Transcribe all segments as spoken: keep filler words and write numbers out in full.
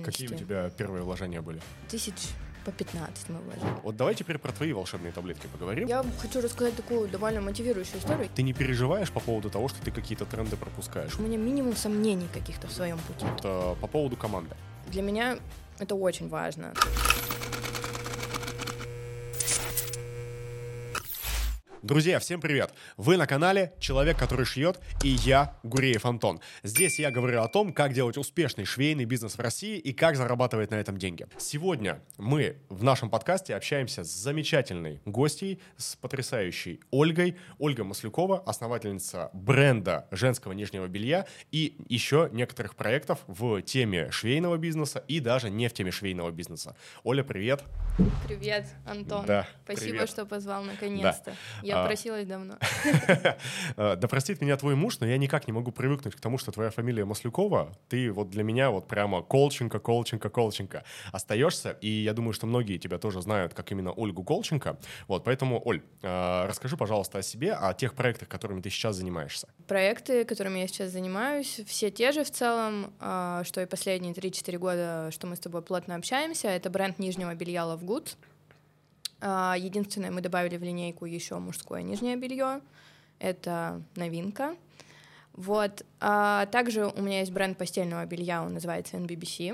Какие у тебя первые вложения были? Тысяч по пятнадцать мы вложили. Вот давай теперь про твои волшебные таблетки поговорим. Я хочу рассказать такую довольно мотивирующую историю. Ты не переживаешь по поводу того, что ты какие-то тренды пропускаешь? У меня минимум сомнений каких-то в своем пути. Это по поводу команды. Для меня это очень важно. Друзья, всем привет! Вы на канале «Человек, который шьет», и я, Гуреев Антон. Здесь я говорю о том, как делать успешный швейный бизнес в России и как зарабатывать на этом деньги. Сегодня мы в нашем подкасте общаемся с замечательной гостьей, с потрясающей Ольгой. Ольга Маслюкова, основательница бренда женского нижнего белья и еще некоторых проектов в теме швейного бизнеса и даже не в теме швейного бизнеса. Оля, привет! Привет, Антон. Да, Спасибо, привет. что позвал наконец-то. Да. Я просилась давно. Да простит меня твой муж, но я никак не могу привыкнуть к тому, что твоя фамилия Маслюкова. Ты вот для меня вот прямо Колченко, Колченко, Колченко остаешься. И я думаю, что многие тебя тоже знают как именно Ольгу Колченко. Вот, поэтому, Оль, расскажи, пожалуйста, о себе, о тех проектах, которыми ты сейчас занимаешься. Проекты, которыми я сейчас занимаюсь, все те же в целом, что и последние три-четыре года, что мы с тобой плотно общаемся. Это бренд нижнего белья Love Goods. Единственное, мы добавили в линейку еще мужское нижнее белье. Это новинка. Вот. А также у меня есть бренд постельного белья, он называется эн би би си.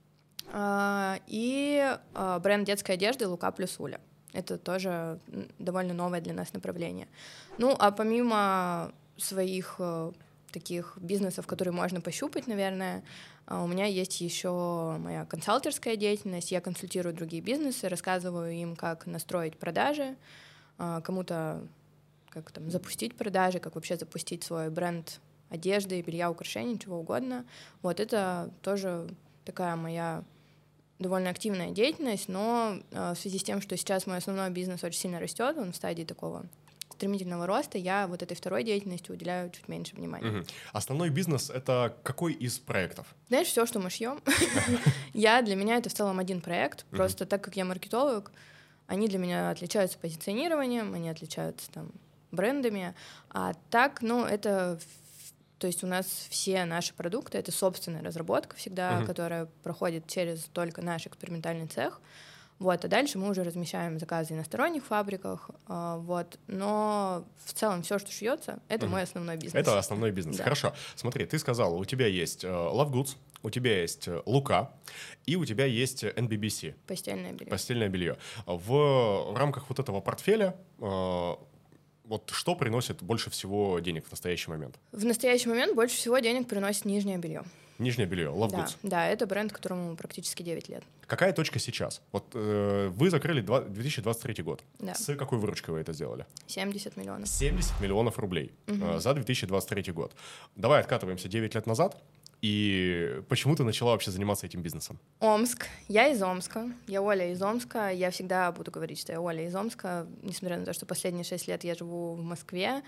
А, и а, бренд детской одежды Лука плюс Уля. Это тоже довольно новое для нас направление. Ну, а помимо своих таких бизнесов, которые можно пощупать, наверное, у меня есть еще моя консалтерская деятельность. Я консультирую другие бизнесы, рассказываю им, как настроить продажи, кому-то как там запустить продажи, как вообще запустить свой бренд одежды, белья, украшений, чего угодно. Вот это тоже такая моя довольно активная деятельность, но в связи с тем, что сейчас мой основной бизнес очень сильно растет, он в стадии такого стремительного роста, я вот этой второй деятельности уделяю чуть меньше внимания. Угу. Основной бизнес — это какой из проектов? Знаешь, все, что мы шьем. Я для меня это в целом один проект. Просто так как я маркетолог, они для меня отличаются позиционированием, они отличаются там брендами. А так, ну, это, то есть у нас все наши продукты — это собственная разработка всегда, которая проходит через только наш экспериментальный цех. Вот, а дальше мы уже размещаем заказы на сторонних фабриках, э, вот, но в целом все, что шьется, это mm-hmm. мой основной бизнес. Это основной бизнес, да. Хорошо. Смотри, ты сказала, у тебя есть э, Love Goods, у тебя есть Лука, и у тебя есть эн би би си. Постельное белье. Постельное белье. В, в рамках вот этого портфеля э, вот что приносит больше всего денег в настоящий момент? В настоящий момент больше всего денег приносит нижнее белье. Нижнее белье, Love да, Goods. Да, это бренд, которому практически девять лет. Какая точка сейчас? Вот э, вы закрыли две тысячи двадцать третий год. Да. С какой выручкой вы это сделали? семьдесят миллионов. семьдесят миллионов рублей угу. э, за две тысячи двадцать третий год. Давай откатываемся девять лет назад. И почему ты начала вообще заниматься этим бизнесом? Омск. Я из Омска. Я Оля из Омска. Я всегда буду говорить, что я Оля из Омска, несмотря на то, что последние шесть лет я живу в Москве.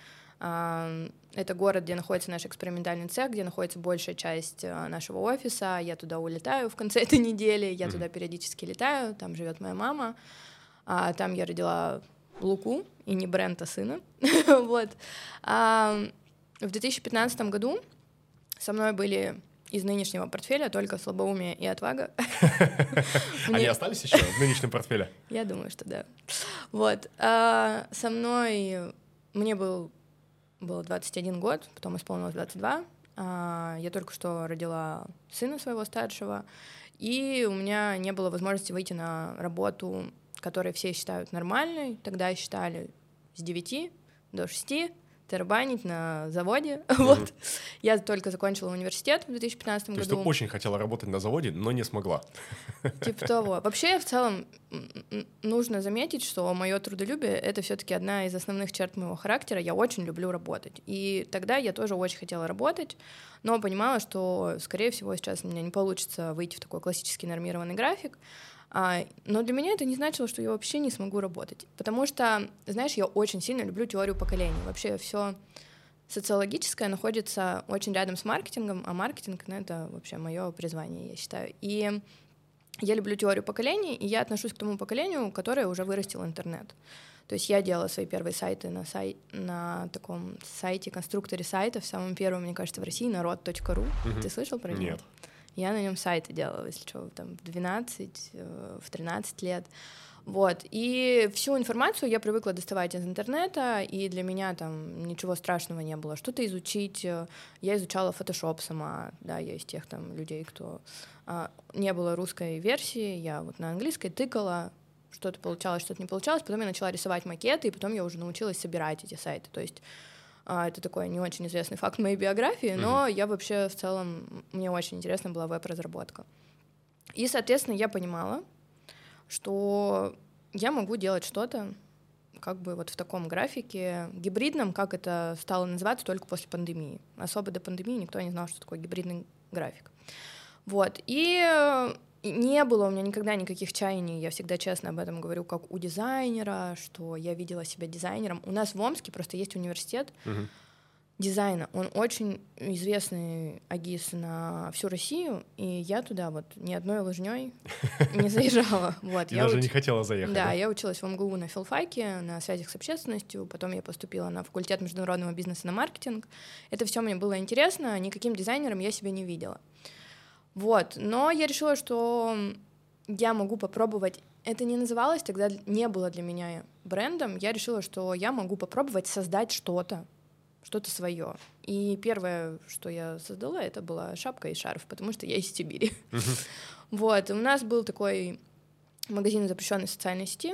Это город, где находится наш экспериментальный цех, где находится большая часть нашего офиса. Я туда улетаю в конце этой недели, я mm-hmm. туда периодически летаю, там живет моя мама. А там я родила Луку, и не бренд, а сына. Вот. А в две тысячи пятнадцатом году со мной были из нынешнего портфеля только слабоумие и отвага. Они остались еще в нынешнем портфеле? Я думаю, что да. Вот. Со мной мне был Было двадцать один год, потом исполнилось двадцать два. Я только что родила сына своего старшего, и у меня не было возможности выйти на работу, которую все считают нормальной. Тогда считали с девяти до шести тарабанить на заводе. Mm-hmm. Вот. Я только закончила университет в две тысячи пятнадцатом году. То есть ты очень хотела работать на заводе, но не смогла. Типа того. Вообще, в целом, нужно заметить, что мое трудолюбие — это все-таки одна из основных черт моего характера. Я очень люблю работать. И тогда я тоже очень хотела работать, но понимала, что, скорее всего, сейчас у меня не получится выйти в такой классический нормированный график. А, но для меня это не значило, что я вообще не смогу работать. Потому что, знаешь, я очень сильно люблю теорию поколений. Вообще все социологическое находится очень рядом с маркетингом, а маркетинг, ну, это вообще мое призвание, я считаю. И я люблю теорию поколений, и я отношусь к тому поколению, которое уже вырастило интернет. То есть я делала свои первые сайты на, сай... на таком сайте, конструкторе сайтов, самым первым, мне кажется, в России, народ точка ру. Mm-hmm. Ты слышал про него? Нет. Я на нем сайты делала, если что, там в двенадцать, в тринадцать лет. Вот, и всю информацию я привыкла доставать из интернета, и для меня там ничего страшного не было. Что-то изучить, я изучала Photoshop сама, да, я из тех там людей, кто... А, не было русской версии, я вот на английской тыкала, что-то получалось, что-то не получалось, потом я начала рисовать макеты, и потом я уже научилась собирать эти сайты, то есть а, это такой не очень известный факт моей биографии, но mm-hmm. я вообще в целом, мне очень интересна была веб-разработка. И, соответственно, я понимала, что я могу делать что-то как бы вот в таком графике гибридном, как это стало называться только после пандемии. Особо до пандемии никто не знал, что такое гибридный график. Вот, и не было у меня никогда никаких чаяний, я всегда честно об этом говорю, как у дизайнера, что я видела себя дизайнером. У нас в Омске просто есть университет uh-huh. дизайна, он очень известный АГИС на всю Россию, и я туда вот ни одной лыжней не заезжала. Вот, я я даже уч... не хотела заехать. Да, да, я училась в МГУ на филфаке, на связях с общественностью, потом я поступила на факультет международного бизнеса на маркетинг. Это все мне было интересно, никаким дизайнером я себя не видела. Вот, но я решила, что я могу попробовать, это не называлось, тогда не было для меня брендом, я решила, что я могу попробовать создать что-то, что-то свое. И первое, что я создала, это была шапка и шарф, потому что я из Сибири. Uh-huh. Вот, у нас был такой магазин запрещенной социальной сети,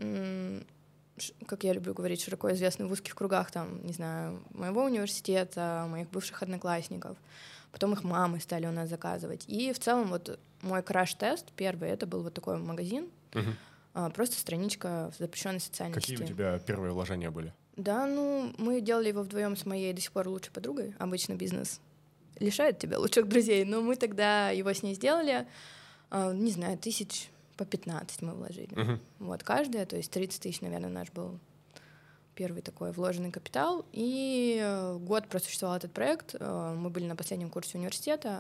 как я люблю говорить, широко известный в узких кругах, там, не знаю, моего университета, моих бывших одноклассников. Потом их мамы стали у нас заказывать. И в целом вот мой краш-тест первый, это был вот такой магазин, uh-huh. а, просто страничка в запрещенной социальной Какие сети. у тебя первые вложения были? Да, ну, мы делали его вдвоем с моей до сих пор лучшей подругой. Обычно бизнес лишает тебя лучших друзей, но мы тогда его с ней сделали, а, не знаю, тысяч по пятнадцать мы вложили. Uh-huh. Вот, каждая, то есть тридцать тысяч, наверное, наш был первый такой вложенный капитал, и год просуществовал этот проект, мы были на последнем курсе университета,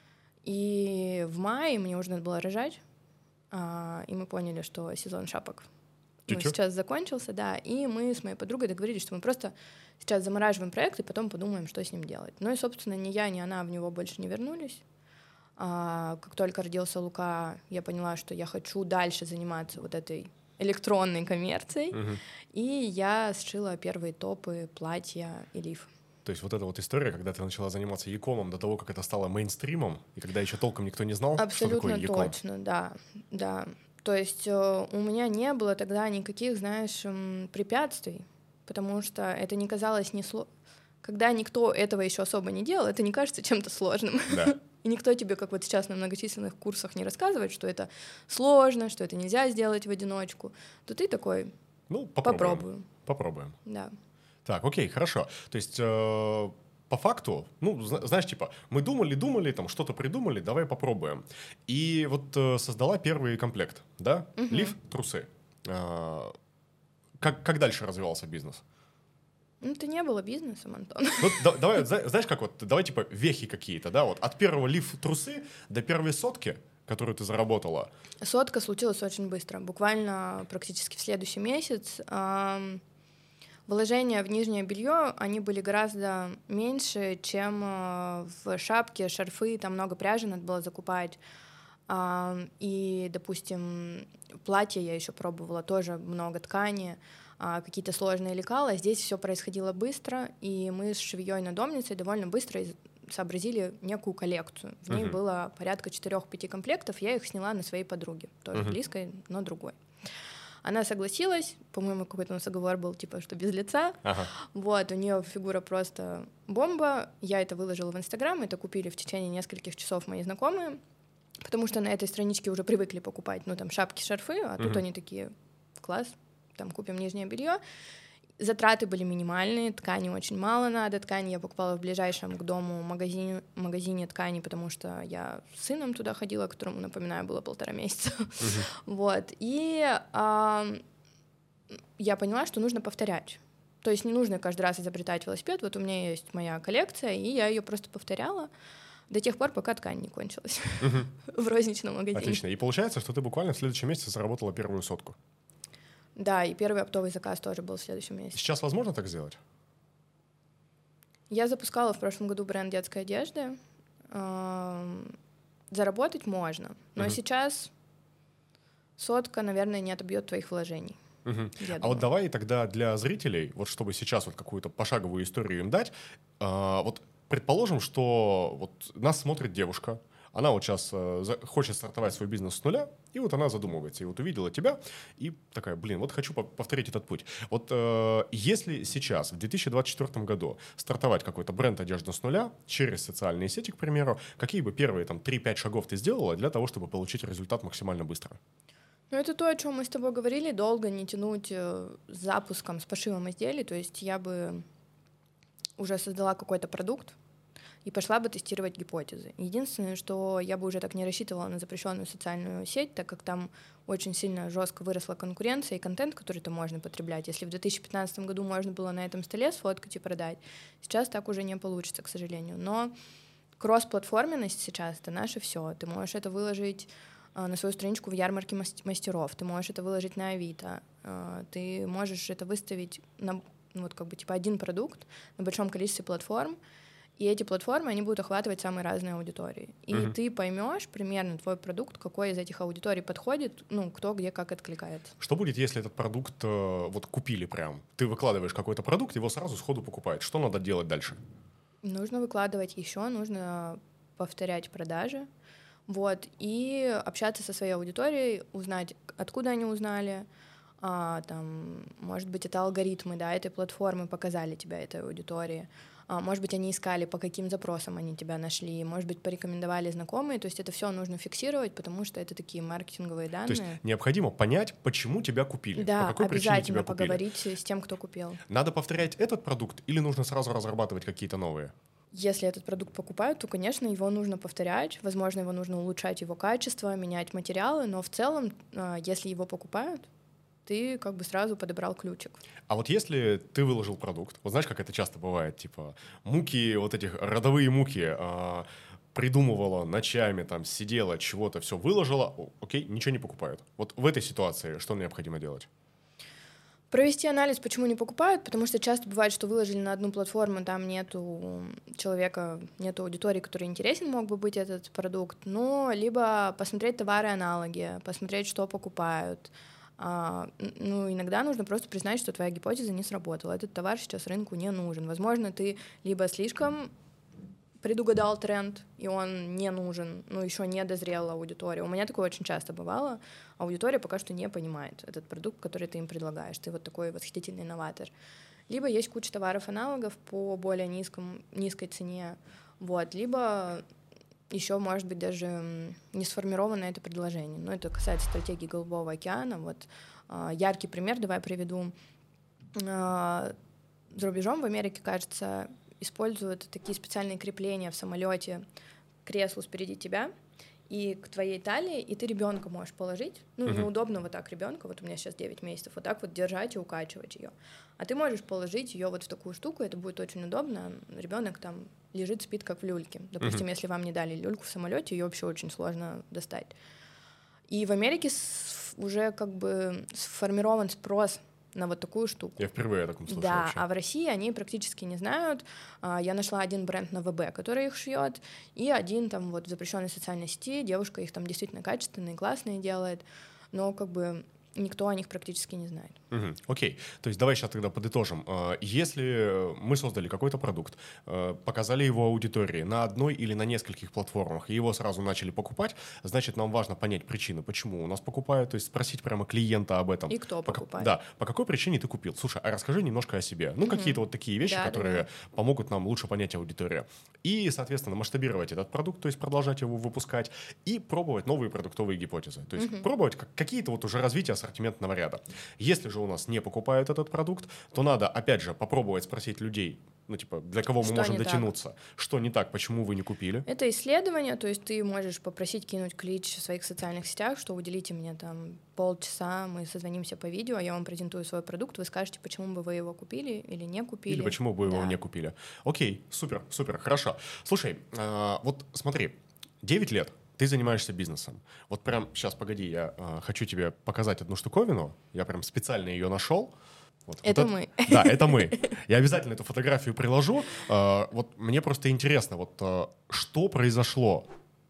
и в мае мне уже надо было рожать, и мы поняли, что сезон шапок ну, сейчас закончился, да, и мы с моей подругой договорились, что мы просто сейчас замораживаем проект и потом подумаем, что с ним делать. Ну и, собственно, ни я, ни она в него больше не вернулись. Как только родился Лука, я поняла, что я хочу дальше заниматься вот этой электронной коммерцией, uh-huh. и я сшила первые топы, платья и лиф. То есть вот эта вот история, когда ты начала заниматься e-комом до того, как это стало мейнстримом, и когда еще толком никто не знал, абсолютно что такое e-com. Абсолютно точно, да, да. То есть э, у меня не было тогда никаких, знаешь, м, препятствий, потому что это не казалось не сложно. Когда никто этого еще особо не делал, это не кажется чем-то сложным. Да. И никто тебе, как вот сейчас на многочисленных курсах, не рассказывает, что это сложно, что это нельзя сделать в одиночку, то ты такой, ну, попробуем. попробую. Попробуем. Да. Так, окей, хорошо. То есть э, по факту, ну, знаешь, типа, мы думали-думали, там, что-то придумали, давай попробуем. И вот э, создала первый комплект, да? Угу. Лиф, трусы. Э, как, как дальше развивался бизнес? Ну, это не было бизнесом, Антон. Ну, да, давай, знаешь, как вот, давай, типа, вехи какие-то, да, вот, от первого лиф-трусы до первой сотки, которую ты заработала. Сотка случилась очень быстро, буквально практически в следующий месяц. Вложения в нижнее белье, они были гораздо меньше, чем в шапки, шарфы, там много пряжи надо было закупать. И, допустим, платье я еще пробовала, тоже много ткани, какие-то сложные лекала. Здесь все происходило быстро, и мы с швеей-надомницей довольно быстро сообразили некую коллекцию. В ней uh-huh. было порядка четырех-пяти комплектов, я их сняла на своей подруге, тоже uh-huh. близкой, но другой. Она согласилась, по-моему, какой-то у нас договор был, типа, что без лица. Ага. Вот, у нее фигура просто бомба. Я это выложила в Инстаграм, это купили в течение нескольких часов мои знакомые, потому что на этой страничке уже привыкли покупать, ну, там, шапки, шарфы, а uh-huh. тут они такие, класс, там, купим нижнее белье. Затраты были минимальные, ткани очень мало надо, ткани я покупала в ближайшем к дому магазине, магазине ткани, потому что я с сыном туда ходила, которому, напоминаю, было полтора месяца. Uh-huh. Вот, и а, я поняла, что нужно повторять. То есть не нужно каждый раз изобретать велосипед, вот у меня есть моя коллекция, и я ее просто повторяла до тех пор, пока ткань не кончилась uh-huh. в розничном магазине. Отлично, и получается, что ты буквально в следующем месяце заработала первую сотку. Да, и первый оптовый заказ тоже был в следующем месяце. Сейчас возможно так сделать? Я запускала в прошлом году бренд детской одежды. заработать можно, но угу. сейчас сотка, наверное, не отобьет твоих вложений. Угу. А вот давай тогда для зрителей, вот чтобы сейчас вот какую-то пошаговую историю им дать, э, вот предположим, что вот нас смотрит девушка, она вот сейчас э, за, хочет стартовать свой бизнес с нуля, и вот она задумывается, и вот увидела тебя, и такая, блин, вот хочу по- повторить этот путь. Вот э, если сейчас, в две тысячи двадцать четвёртом году, стартовать какой-то бренд одежды с нуля, через социальные сети, к примеру, какие бы первые там три-пять шагов ты сделала для того, чтобы получить результат максимально быстро? Ну, это то, о чем мы с тобой говорили, долго не тянуть э, с запуском, с пошивом изделий, то есть я бы уже создала какой-то продукт, и пошла бы тестировать гипотезы. Единственное, что я бы уже так не рассчитывала на запрещенную социальную сеть, так как там очень сильно жестко выросла конкуренция и контент, который там можно потреблять. Если в две тысячи пятнадцатом году можно было на этом столе сфоткать и продать, сейчас так уже не получится, к сожалению. Но кросс-платформенность сейчас — это наше все. Ты можешь это выложить на свою страничку в ярмарке мастеров, ты можешь это выложить на Авито, ты можешь это выставить на вот как бы типа один продукт на большом количестве платформ, и эти платформы, они будут охватывать самые разные аудитории. И uh-huh. ты поймешь примерно твой продукт, какой из этих аудиторий подходит, ну, кто где как откликается. Что будет, если этот продукт э, вот купили прям? Ты выкладываешь какой-то продукт, его сразу сходу покупают. Что надо делать дальше? Нужно выкладывать еще, нужно повторять продажи, вот, и общаться со своей аудиторией, узнать, откуда они узнали, а, там, может быть, это алгоритмы, да, этой платформы показали тебя этой аудитории. Может быть, они искали, по каким запросам они тебя нашли, может быть, порекомендовали знакомые, то есть это все нужно фиксировать, потому что это такие маркетинговые данные. То есть необходимо понять, почему тебя купили, да, по какой причине тебя купили. Да, обязательно поговорить с тем, кто купил. Надо повторять этот продукт или нужно сразу разрабатывать какие-то новые? Если этот продукт покупают, то, конечно, его нужно повторять, возможно, его нужно улучшать его качество, менять материалы, но в целом, если его покупают, ты как бы сразу подобрал ключик. А вот если ты выложил продукт, вот знаешь, как это часто бывает, типа муки, вот этих родовые муки, а, придумывала ночами, там сидела, чего-то все выложила, окей, ничего не покупают. Вот в этой ситуации что необходимо делать? Провести анализ, почему не покупают, потому что часто бывает, что выложили на одну платформу, там нету человека, нету аудитории, которой интересен мог бы быть этот продукт, но либо посмотреть товары-аналоги, посмотреть, что покупают. А, ну, иногда нужно просто признать, что твоя гипотеза не сработала. Этот товар сейчас рынку не нужен. Возможно, ты либо слишком предугадал тренд, и он не нужен, ну, еще не дозрела аудитория. У меня такое очень часто бывало. Аудитория пока что не понимает этот продукт, который ты им предлагаешь. Ты вот такой восхитительный новатор. Либо есть куча товаров-аналогов по более низком, низкой цене, вот, либо еще, может быть, даже не сформировано это предложение. Но это касается стратегии Голубого океана. Вот яркий пример давай приведу. За рубежом в Америке, кажется, используют такие специальные крепления в самолете к креслу спереди тебя и к твоей талии, и ты ребенка можешь положить. Ну, uh-huh. неудобно вот так ребенка, вот у меня сейчас девять месяцев, вот так вот держать и укачивать ее. А ты можешь положить ее вот в такую штуку, это будет очень удобно. Ребенок там лежит, спит как в люльке. Допустим, uh-huh. если вам не дали люльку в самолете, ее вообще очень сложно достать. И в Америке уже как бы сформирован спрос на вот такую штуку. Я впервые о таком слышал. Да, вообще. А в России они практически не знают. Я нашла один бренд на ВБ, который их шьет, и один там вот в запрещенной социальной сети, девушка их там действительно качественные, классные делает, но как бы никто о них практически не знает. Угу, окей, то есть давай сейчас тогда подытожим. Если мы создали какой-то продукт, показали его аудитории на одной или на нескольких платформах, и его сразу начали покупать, значит, нам важно понять причину, почему у нас покупают, то есть спросить прямо клиента об этом. И кто по, покупает. Да, по какой причине ты купил. Слушай, а расскажи немножко о себе. Ну, угу. какие-то вот такие вещи, да, которые да. помогут нам лучше понять аудиторию. И, соответственно, масштабировать этот продукт, то есть продолжать его выпускать, и пробовать новые продуктовые гипотезы. То есть угу. пробовать какие-то вот уже развития ассортиментного ряда. Если же у нас не покупают этот продукт, то надо, опять же, попробовать спросить людей, ну, типа, для кого мы что можем дотянуться, так? Что не так, почему вы не купили. Это исследование, то есть ты можешь попросить кинуть клич в своих социальных сетях, что уделите мне там полчаса, мы созвонимся по видео, я вам презентую свой продукт, вы скажете, почему бы вы его купили или не купили. Или почему бы вы да. его не купили. Окей, супер, супер, хорошо. Слушай, э, вот смотри, девять лет. Ты занимаешься бизнесом. Вот прям сейчас, погоди, я э, хочу тебе показать одну штуковину. Я прям специально ее нашел. Вот, это вот мы. Это, да, это мы. Я обязательно эту фотографию приложу. Э, вот мне просто интересно, вот э, что произошло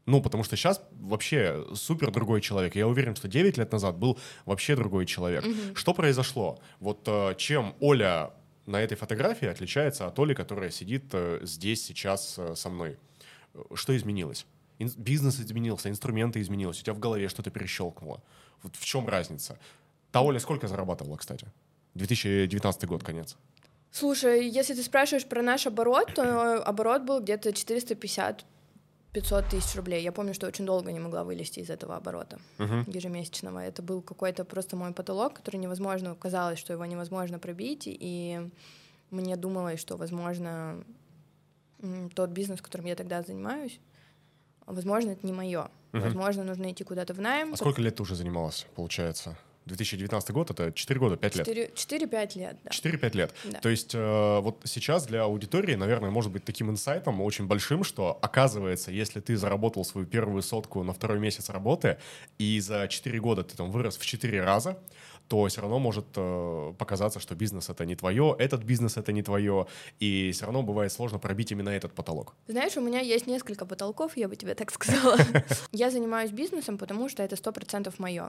Ну, потому что сейчас вообще супер другой человек. Я уверен, что девять лет назад был вообще другой человек. Mm-hmm. Что произошло? Вот э, чем Оля на этой фотографии отличается от Оли, которая сидит э, здесь сейчас э, со мной? Что изменилось? Ин- бизнес изменился, инструменты изменились, у тебя в голове что-то перещелкнуло. Вот в чем разница? Та Оля сколько зарабатывала, кстати? две тысячи девятнадцатый год, конец. Слушай, если ты спрашиваешь про наш оборот, то оборот был где-то четыреста пятьдесят пятьсот тысяч рублей. Я помню, что очень долго не могла вылезти из этого оборота uh-huh. ежемесячного. Это был какой-то просто мой потолок, который невозможно, казалось, что его невозможно пробить, и мне думалось, что, возможно, тот бизнес, которым я тогда занимаюсь, возможно, это не мое. Uh-huh. Возможно, нужно идти куда-то в найм. А сколько лет ты уже занималась, получается? две тысячи девятнадцатый год — это четыре года, пять лет. четыре-пять лет, да. четыре-пять лет. Да. То есть э, вот сейчас для аудитории, наверное, может быть таким инсайтом очень большим, что, оказывается, если ты заработал свою первую сотку на второй месяц работы, и за четыре года ты там вырос в четыре раза, то все равно может э, показаться, что бизнес — это не твое, этот бизнес — это не твое, и все равно бывает сложно пробить именно этот потолок. Знаешь, у меня есть несколько потолков, я бы тебе так сказала. Я занимаюсь бизнесом, потому что это сто процентов мое.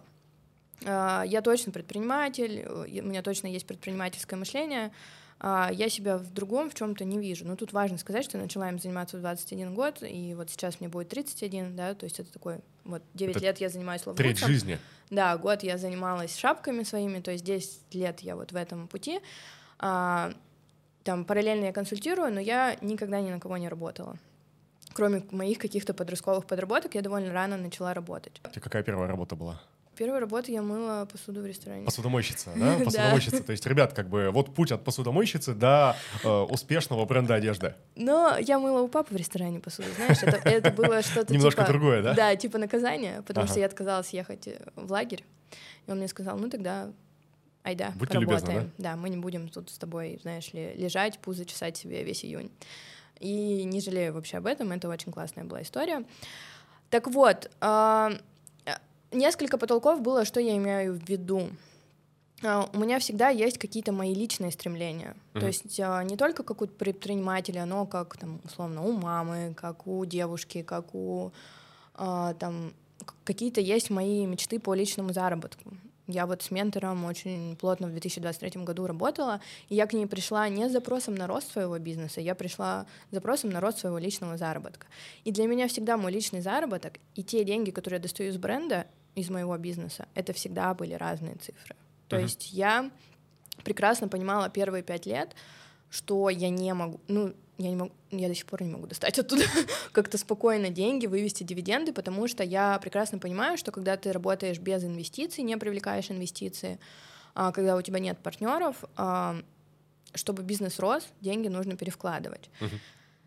Я точно предприниматель, у меня точно есть предпринимательское мышление, я себя в другом в чем-то не вижу. Но тут важно сказать, что я начала им заниматься в двадцать один год, и вот сейчас мне будет тридцать один, да, то есть это такой, вот девять это лет я занимаюсь лонгбутсом. Треть жизни. Да, год я занималась шапками своими, то есть десять лет я вот в этом пути. Там параллельно я консультирую, но я никогда ни на кого не работала. Кроме моих каких-то подростковых подработок, я довольно рано начала работать. У тебя какая первая работа была? Первую работу я мыла посуду в ресторане. Посудомойщица, да? Посудомойщица. То есть, ребят, как бы вот путь от посудомойщицы до э, успешного бренда одежды. Но я мыла у папы в ресторане посуду, знаешь, это, это было что-то немножко типа, другое, да? Да, типа наказание, потому ага. что я отказалась ехать в лагерь, и он мне сказал, ну тогда айда, Будьте поработаем. любезны, да? Да, мы не будем тут с тобой, знаешь ли, лежать, пузо чесать себе весь июнь. И не жалею вообще об этом, это очень классная была история. Так вот, э, несколько потолков было, что я имею в виду. Uh, у меня всегда есть какие-то мои личные стремления. Uh-huh. То есть uh, не только как у предпринимателя, но как, там, условно, у мамы, как у девушки, как у... Uh, там, какие-то есть мои мечты по личному заработку. Я вот с ментором очень плотно в две тысячи двадцать третьем году работала, и я к ней пришла не с запросом на рост своего бизнеса, я пришла с запросом на рост своего личного заработка. И для меня всегда мой личный заработок и те деньги, которые я достаю из бренда, из моего бизнеса, это всегда были разные цифры. То uh-huh. есть я прекрасно понимала первые пять лет, что я не могу, ну, я не могу, я до сих пор не могу достать оттуда как-то спокойно деньги, вывести дивиденды, потому что я прекрасно понимаю, что когда ты работаешь без инвестиций, не привлекаешь инвестиции, когда у тебя нет партнеров, чтобы бизнес рос, деньги нужно перевкладывать. Uh-huh.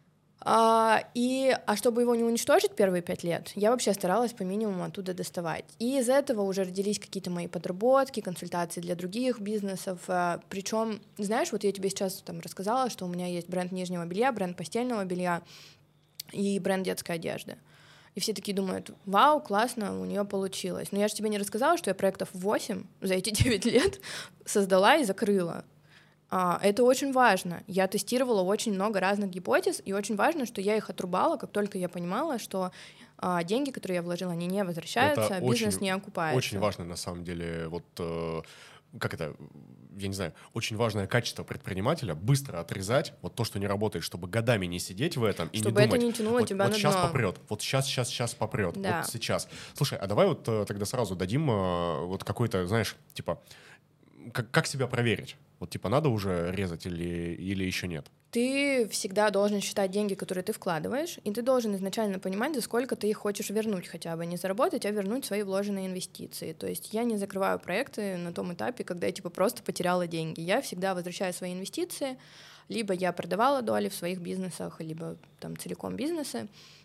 А, и, а чтобы его не уничтожить первые пять лет, я вообще старалась по минимуму оттуда доставать. И из этого уже родились какие-то мои подработки, консультации для других бизнесов. А, причем, знаешь, вот я тебе сейчас там рассказала, что у меня есть бренд нижнего белья, бренд постельного белья и бренд детской одежды. И все такие думают, вау, классно, у нее получилось. Но я же тебе не рассказала, что я проектов восемь за эти девять лет создала и закрыла. Это очень важно. Я тестировала очень много разных гипотез, и очень важно, что я их отрубала, как только я понимала, что а, деньги, которые я вложила, они не возвращаются, это бизнес очень, не окупается. Очень важно, на самом деле, вот э, как это, я не знаю, очень важное качество предпринимателя — быстро отрезать вот то, что не работает, чтобы годами не сидеть в этом и чтобы не думать, это не тянуло вот, тебя вот на сейчас дно. попрет, вот сейчас, сейчас, сейчас попрет, да. вот сейчас. Слушай, а давай вот э, тогда сразу дадим э, вот какой-то, знаешь, типа, как, как себя проверить? Вот типа надо уже резать или, или еще нет? Ты всегда должен считать деньги, которые ты вкладываешь, и ты должен изначально понимать, за сколько ты их хочешь вернуть хотя бы. Не заработать, а вернуть свои вложенные инвестиции. То есть я не закрываю проекты на том этапе, когда я типа просто потеряла деньги. Я всегда возвращаю свои инвестиции, либо я продавала доли в своих бизнесах, либо там целиком бизнесы.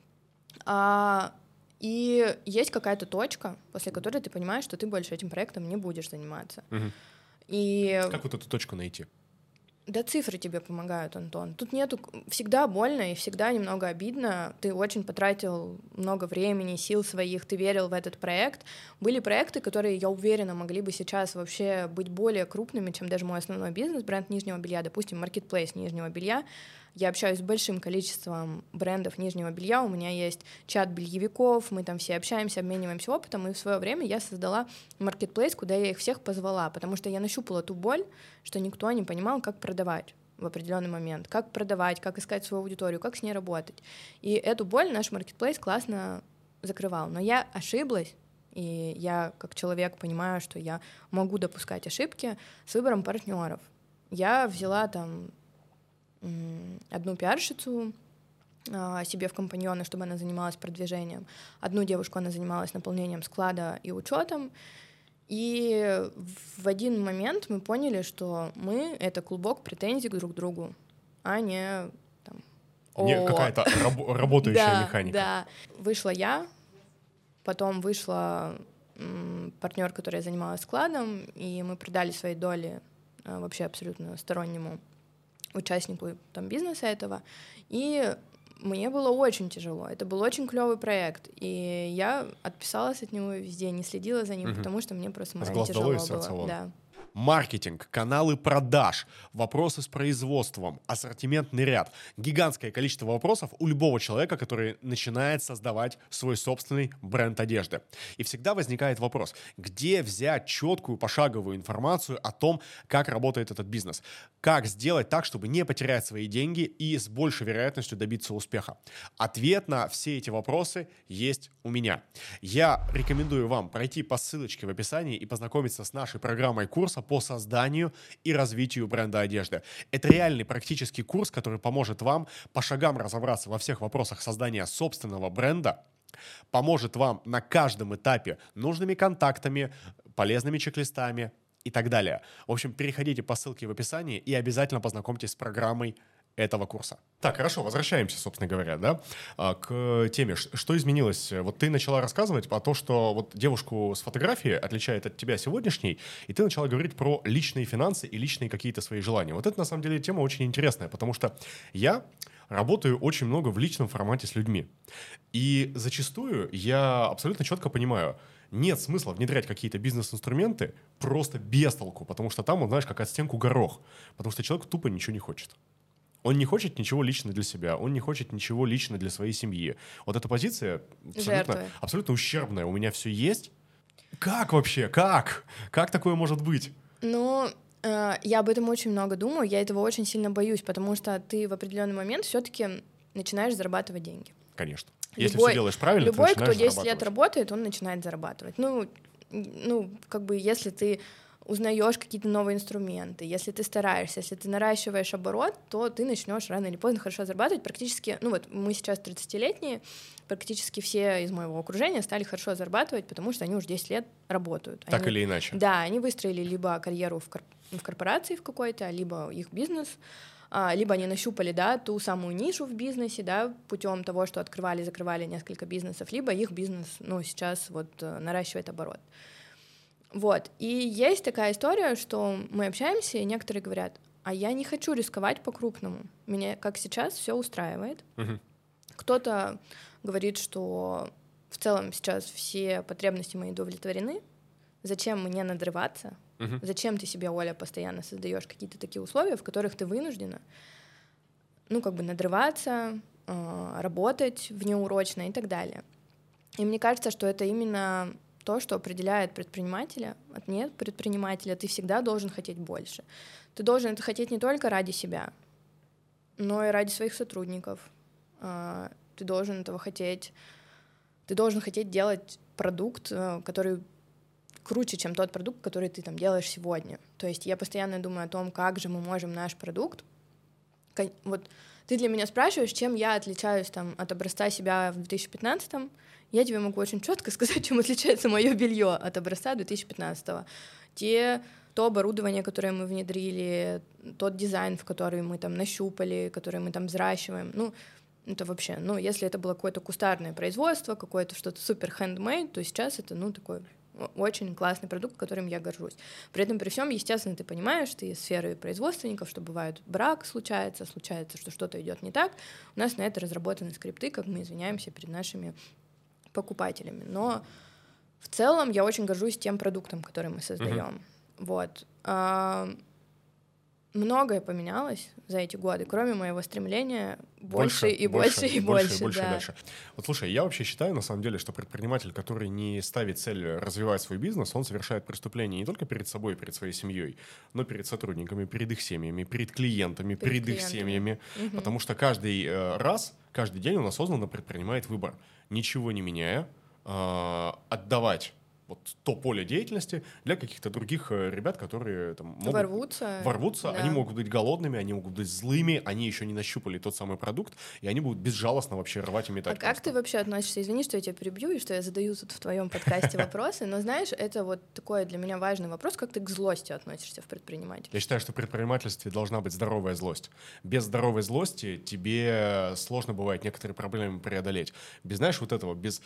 А, и есть какая-то точка, после которой ты понимаешь, что ты больше этим проектом не будешь заниматься. Угу. И... Как вот эту точку найти? Да цифры тебе помогают, Антон. Тут нету... Всегда больно и всегда немного обидно. Ты очень потратил много времени, сил своих, ты верил в этот проект. Были проекты, которые, я уверена, могли бы сейчас вообще быть более крупными, чем даже мой основной бизнес, бренд нижнего белья, допустим, маркетплейс нижнего белья. Я общаюсь с большим количеством брендов нижнего белья, у меня есть чат бельевиков, мы там все общаемся, обмениваемся опытом, и в свое время я создала маркетплейс, куда я их всех позвала, потому что я нащупала ту боль, что никто не понимал, как продавать в определенный момент, как продавать, как искать свою аудиторию, как с ней работать. И эту боль наш маркетплейс классно закрывал. Но я ошиблась, и я как человек понимаю, что я могу допускать ошибки с выбором партнеров. Я взяла там одну пиарщицу а, себе в компаньоны, чтобы она занималась продвижением. Одну девушку она занималась наполнением склада и учетом. И в один момент мы поняли, что мы — это клубок претензий друг к другу, а не там, не какая-то раб- работающая да, механика. Да, вышла я, потом вышла м, партнер, который занималась складом, и мы продали свои доли а, вообще абсолютно стороннему участнику там, бизнеса этого. И мне было очень тяжело. Это был очень клевый проект. И я отписалась от него везде, не следила за ним, угу. потому что мне просто морально тяжело было. Да. Маркетинг, каналы продаж, вопросы с производством, ассортиментный ряд. Гигантское количество вопросов у любого человека, который начинает создавать свой собственный бренд одежды. И всегда возникает вопрос, где взять четкую пошаговую информацию о том, как работает этот бизнес. Как сделать так, чтобы не потерять свои деньги и с большей вероятностью добиться успеха. Ответ на все эти вопросы есть у меня. Я рекомендую вам пройти по ссылочке в описании и познакомиться с нашей программой курса по созданию и развитию бренда одежды. Это реальный практический курс, который поможет вам по шагам разобраться во всех вопросах создания собственного бренда, поможет вам на каждом этапе нужными контактами, полезными чек-листами и так далее. В общем, переходите по ссылке в описании и обязательно познакомьтесь с программой этого курса. Так, хорошо, возвращаемся, собственно говоря, да, к теме. Что изменилось? Вот ты начала рассказывать про то, что вот девушку с фотографии отличает от тебя сегодняшней, и ты начала говорить про личные финансы и личные какие-то свои желания. Вот это, на самом деле, тема очень интересная, потому что я работаю очень много в личном формате с людьми. И зачастую я абсолютно четко понимаю, нет смысла внедрять какие-то бизнес-инструменты просто без толку, потому что там, вот, знаешь, как от стенку горох, потому что человек тупо ничего не хочет. Он не хочет ничего лично для себя, он не хочет ничего лично для своей семьи. Вот эта позиция абсолютно, абсолютно ущербная. У меня все есть. Как вообще? Как? Как такое может быть? Ну, э, я об этом очень много думаю, я этого очень сильно боюсь, потому что ты в определенный момент все-таки начинаешь зарабатывать деньги. Конечно. Если любой, все делаешь правильно, любой, ты начинаешь кто десять зарабатывать. лет работает, он начинает зарабатывать. Ну, ну, как бы, если ты узнаешь какие-то новые инструменты, если ты стараешься, если ты наращиваешь оборот, то ты начнешь рано или поздно хорошо зарабатывать. Практически, ну вот мы сейчас тридцатилетние, практически все из моего окружения стали хорошо зарабатывать, потому что они уже десять лет работают. Так они, или иначе. Да, они выстроили либо карьеру в, кор- в корпорации в какой-то, либо их бизнес, а, либо они нащупали, да, ту самую нишу в бизнесе, да, путем того, что открывали, закрывали несколько бизнесов, либо их бизнес, ну, сейчас вот наращивает оборот. Вот, и есть такая история, что мы общаемся, и некоторые говорят, а я не хочу рисковать по-крупному, меня, как сейчас, все устраивает. Uh-huh. Кто-то говорит, что в целом сейчас все потребности мои удовлетворены, зачем мне надрываться, uh-huh. зачем ты себе, Оля, постоянно создаешь какие-то такие условия, в которых ты вынуждена, ну, как бы надрываться, э, работать внеурочно и так далее. И мне кажется, что это именно то, что определяет предпринимателя. От нет предпринимателя ты всегда должен хотеть больше. Ты должен это хотеть не только ради себя, но и ради своих сотрудников. Ты должен этого хотеть. Ты должен хотеть делать продукт, который круче, чем тот продукт, который ты там делаешь сегодня. То есть я постоянно думаю о том, как же мы можем наш продукт. Вот ты для меня спрашиваешь, чем я отличаюсь там от образца себя в две тысячи пятнадцатом. Я тебе могу очень четко сказать, чем отличается мое белье от образца две тысячи пятнадцатого. Те, то оборудование, которое мы внедрили, тот дизайн, в который мы там нащупали, который мы там взращиваем, ну, это вообще, ну, если это было какое-то кустарное производство, какое-то что-то супер handmade, то сейчас это, ну, такой очень классный продукт, которым я горжусь. При этом, при всем, естественно, ты понимаешь, ты из сферы производственников, что бывает брак случается, случается, что что-то идет не так. У нас на это разработаны скрипты, как мы извиняемся перед нашими покупателями. Но в целом я очень горжусь тем продуктом, который мы создаем. Uh-huh. Вот. многое поменялось за эти годы, кроме моего стремления больше, больше и больше, больше и больше, больше. И больше да. и дальше. Вот слушай, я вообще считаю, на самом деле, что предприниматель, который не ставит цель развивать свой бизнес, он совершает преступление не только перед собой, перед своей семьей, но перед сотрудниками, перед их семьями, перед клиентами, перед, перед их семьями. Угу. Потому что каждый э, раз, каждый день он осознанно предпринимает выбор, ничего не меняя, э, отдавать вот то поле деятельности для каких-то других ребят, которые там могут ворвутся. ворвутся. Да. Они могут быть голодными, они могут быть злыми, они еще не нащупали тот самый продукт, и они будут безжалостно вообще рвать и метать. А как просто. ты вообще относишься? Извини, что я тебя перебью, и что я задаю тут в твоем подкасте вопросы, но знаешь, это вот такой для меня важный вопрос, как ты к злости относишься в предпринимательстве? Я считаю, что в предпринимательстве должна быть здоровая злость. Без здоровой злости тебе сложно бывает некоторые проблемы преодолеть. Без, знаешь, вот этого, без...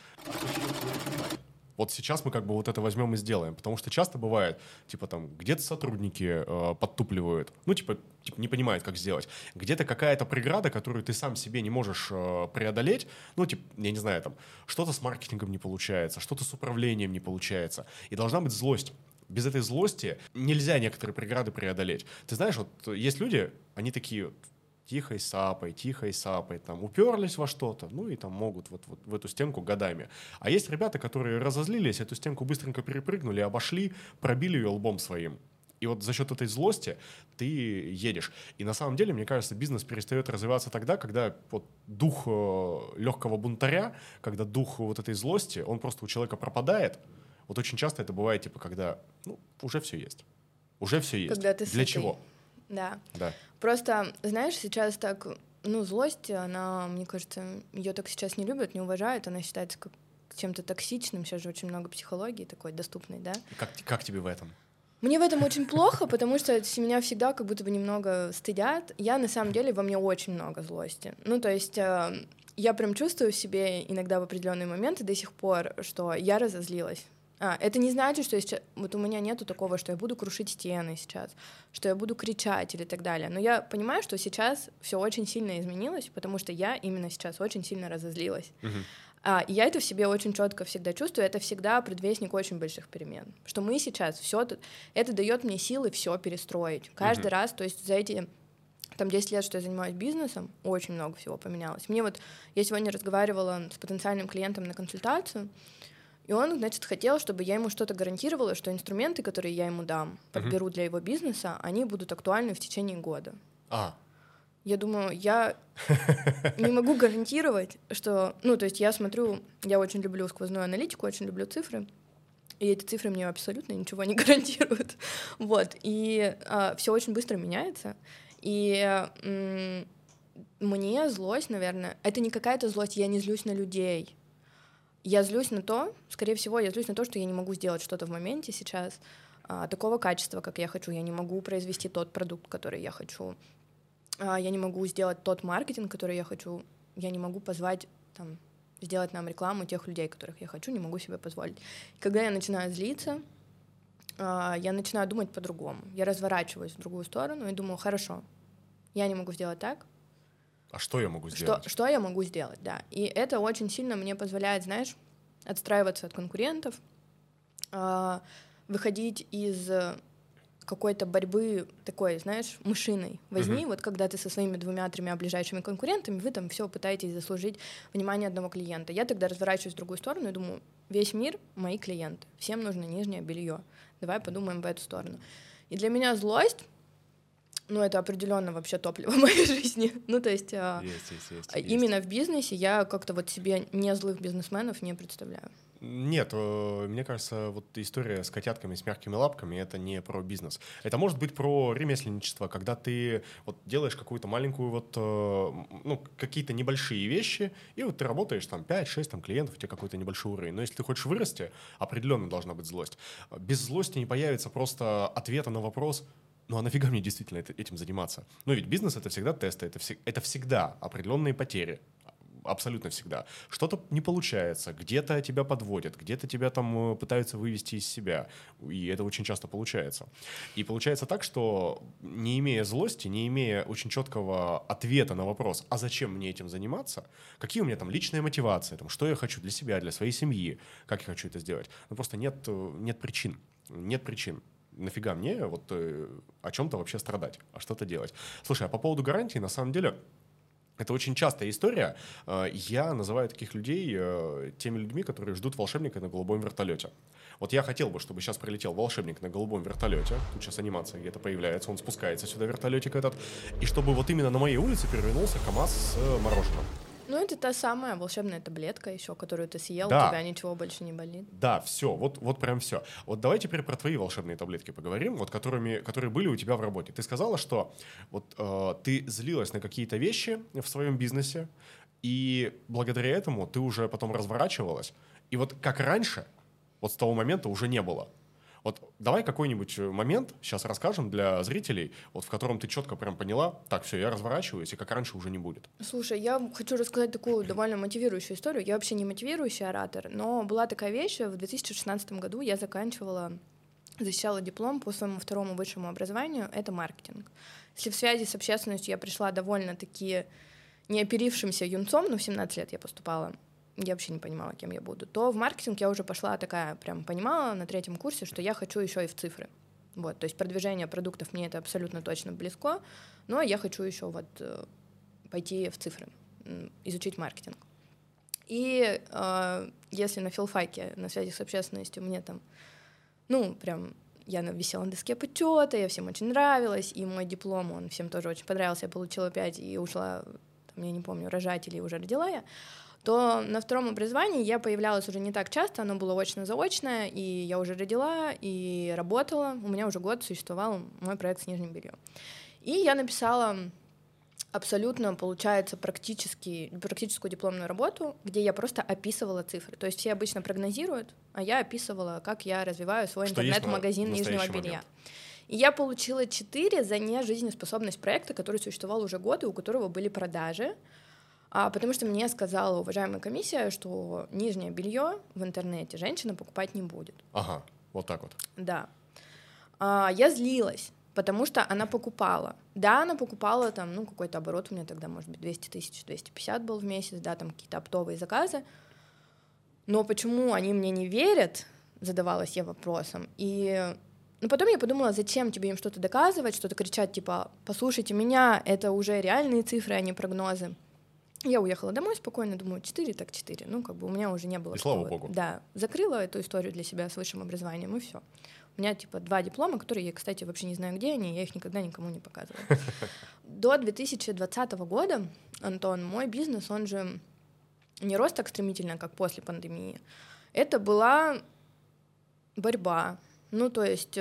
Вот сейчас мы как бы вот это возьмем и сделаем, потому что часто бывает, типа там, где-то сотрудники э, подтупливают, ну, типа, типа, не понимают, как сделать. Где-то какая-то преграда, которую ты сам себе не можешь э, преодолеть, ну, типа, я не знаю, там, что-то с маркетингом не получается, что-то с управлением не получается, и должна быть злость. Без этой злости нельзя некоторые преграды преодолеть. Ты знаешь, вот есть люди, они такие... тихой сапой, тихой сапой, там, уперлись во что-то, ну и там могут вот, вот в эту стенку годами. А есть ребята, которые разозлились, эту стенку быстренько перепрыгнули, обошли, пробили ее лбом своим. И вот за счет этой злости ты едешь. И на самом деле, мне кажется, бизнес перестает развиваться тогда, когда вот дух легкого бунтаря, когда дух вот этой злости, он просто у человека пропадает. Вот очень часто это бывает, типа, когда ну, уже все есть. Уже все есть. Когда ты Для сытый. чего? Да. Да. Просто, знаешь, сейчас так, ну, злость, она, мне кажется, ее так сейчас не любят, не уважают, она считается как чем-то токсичным, сейчас же очень много психологии такой доступной, да? Как, как тебе в этом? Мне в этом очень плохо, потому что меня всегда как будто бы немного стыдят. Я, на самом деле, во мне очень много злости. Ну, то есть э, я прям чувствую в себе иногда в определенные моменты до сих пор, что я разозлилась. А, это не значит, что я сейчас... Вот у меня нету такого, что я буду крушить стены сейчас, что я буду кричать или так далее. Но я понимаю, что сейчас все очень сильно изменилось, потому что я именно сейчас очень сильно разозлилась. Uh-huh. А, и я это в себе очень четко всегда чувствую. Это всегда предвестник очень больших перемен. Что мы сейчас все... Это дает мне силы все перестроить. Каждый uh-huh. раз, то есть за эти... Там десять лет, что я занимаюсь бизнесом, очень много всего поменялось. Мне вот... Я сегодня разговаривала с потенциальным клиентом на консультацию, и он, значит, хотел, чтобы я ему что-то гарантировала, что инструменты, которые я ему дам, подберу uh-huh. для его бизнеса, они будут актуальны в течение года. А. Я думаю, я не могу гарантировать, что... Ну, то есть я смотрю, я очень люблю сквозную аналитику, очень люблю цифры, и эти цифры мне абсолютно ничего не гарантируют. Вот, и а, все очень быстро меняется, и м- мне злость, наверное, это не какая-то злость, я не злюсь на людей. Я злюсь на то, скорее всего, я злюсь на то, что я не могу сделать что-то в моменте сейчас а, такого качества, как я хочу. Я не могу произвести тот продукт, который я хочу. А, я не могу сделать тот маркетинг, который я хочу. Я не могу позвать, там, сделать нам рекламу тех людей, которых я хочу, не могу себе позволить. И когда я начинаю злиться, а, я начинаю думать по-другому. Я разворачиваюсь в другую сторону и думаю, хорошо, я не могу сделать так. А что я могу сделать? Что, что я могу сделать, да. И это очень сильно мне позволяет, знаешь, отстраиваться от конкурентов, э, выходить из какой-то борьбы такой, знаешь, мышиной возни, uh-huh. вот когда ты со своими двумя-тремя ближайшими конкурентами, вы там все пытаетесь заслужить внимание одного клиента. Я тогда разворачиваюсь в другую сторону и думаю, весь мир — мои клиенты, всем нужно нижнее белье. Давай подумаем в эту сторону. И для меня злость, ну, это определенно вообще топливо в моей жизни. Ну, то есть, есть, есть, есть, именно есть. в бизнесе я как-то вот себе не злых бизнесменов не представляю. Нет, мне кажется, вот история с котятками, с мягкими лапками — это не про бизнес. Это может быть про ремесленничество, когда ты вот делаешь какую-то маленькую вот, ну, какие-то небольшие вещи, и вот ты работаешь там пять-шесть там, клиентов, у тебя какой-то небольшой уровень. Но если ты хочешь вырасти, определенно должна быть злость. Без злости не появится просто ответа на вопрос: ну а нафига мне действительно это, этим заниматься? Ну ведь бизнес — это всегда тесты, это, вс- это всегда определенные потери. Абсолютно всегда. Что-то не получается, где-то тебя подводят, где-то тебя там пытаются вывести из себя. И это очень часто получается. И получается так, что не имея злости, не имея очень четкого ответа на вопрос, а зачем мне этим заниматься, какие у меня там личные мотивации, там, что я хочу для себя, для своей семьи, как я хочу это сделать, ну просто нет, нет причин. Нет причин. нафига мне вот э, о чем-то вообще страдать, а что-то делать. Слушай, а по поводу гарантии, на самом деле, это очень частая история. Я называю таких людей э, теми людьми, которые ждут волшебника на голубом вертолете. Вот я хотел бы, чтобы сейчас прилетел волшебник на голубом вертолете, тут сейчас анимация где-то появляется, он спускается сюда, вертолетик этот, и чтобы вот именно на моей улице перевернулся КамАЗ с мороженым. Ну, это та самая волшебная таблетка еще, которую ты съел, Да. у тебя ничего больше не болит. Да, все, вот, вот прям все. Вот давай теперь про твои волшебные таблетки поговорим, вот которыми, которые были у тебя в работе. Ты сказала, что вот э, ты злилась на какие-то вещи в своем бизнесе, и благодаря этому ты уже потом разворачивалась. И вот как раньше, вот с того момента уже не было. Вот давай какой-нибудь момент сейчас расскажем для зрителей, вот в котором ты четко прям поняла, так, все, я разворачиваюсь, и как раньше уже не будет. Слушай, я хочу рассказать такую довольно мотивирующую историю. Я вообще не мотивирующий оратор, но была такая вещь, в две тысячи шестнадцатом году я заканчивала, защищала диплом по своему второму высшему образованию, это маркетинг. Если в связи с общественностью я пришла довольно-таки неоперившимся юнцом, ну, в семнадцать лет я поступала, я вообще не понимала, кем я буду, то в маркетинг я уже пошла такая, прям понимала на третьем курсе, что я хочу еще и в цифры. Вот, то есть продвижение продуктов мне это абсолютно точно близко, но я хочу еще вот пойти в цифры, изучить маркетинг. И э, если на филфаке, на связи с общественностью, мне там, ну, прям, я висела на доске почета, я всем очень нравилась, и мой диплом, он всем тоже очень понравился, я получила пять и ушла, там, я не помню, рожать или уже родила я, то на втором образовании я появлялась уже не так часто, оно было очно-заочное, и я уже родила и работала, у меня уже год существовал мой проект с нижним бельем. И я написала абсолютно, получается, практически, практическую дипломную работу, где я просто описывала цифры. То есть все обычно прогнозируют, а я описывала, как я развиваю свой что интернет-магазин нижнего белья. И я получила четыре за нежизнеспособность проекта, который существовал уже год, и у которого были продажи. А, потому что мне сказала уважаемая комиссия, что нижнее белье в интернете женщина покупать не будет. Ага, вот так вот. Да. А, я злилась, потому что она покупала. Да, она покупала там, ну, какой-то оборот у меня тогда, может быть, двести тысяч, двести пятьдесят был в месяц, да, там какие-то оптовые заказы. Но почему они мне не верят, задавалась я вопросом. И ну, потом я подумала, зачем тебе им что-то доказывать, что-то кричать, типа, послушайте меня, это уже реальные цифры, а не прогнозы. Я уехала домой спокойно, думаю, четыре так четыре. Ну, как бы у меня уже не было. И слава богу. Да, закрыла эту историю для себя с высшим образованием, и все. У меня, типа, два диплома, которые я, кстати, вообще не знаю, где они, я их никогда никому не показывала. До две тысячи двадцатого года, Антон, мой бизнес, он же не рос так стремительно, как после пандемии. Это была борьба. Ну, то есть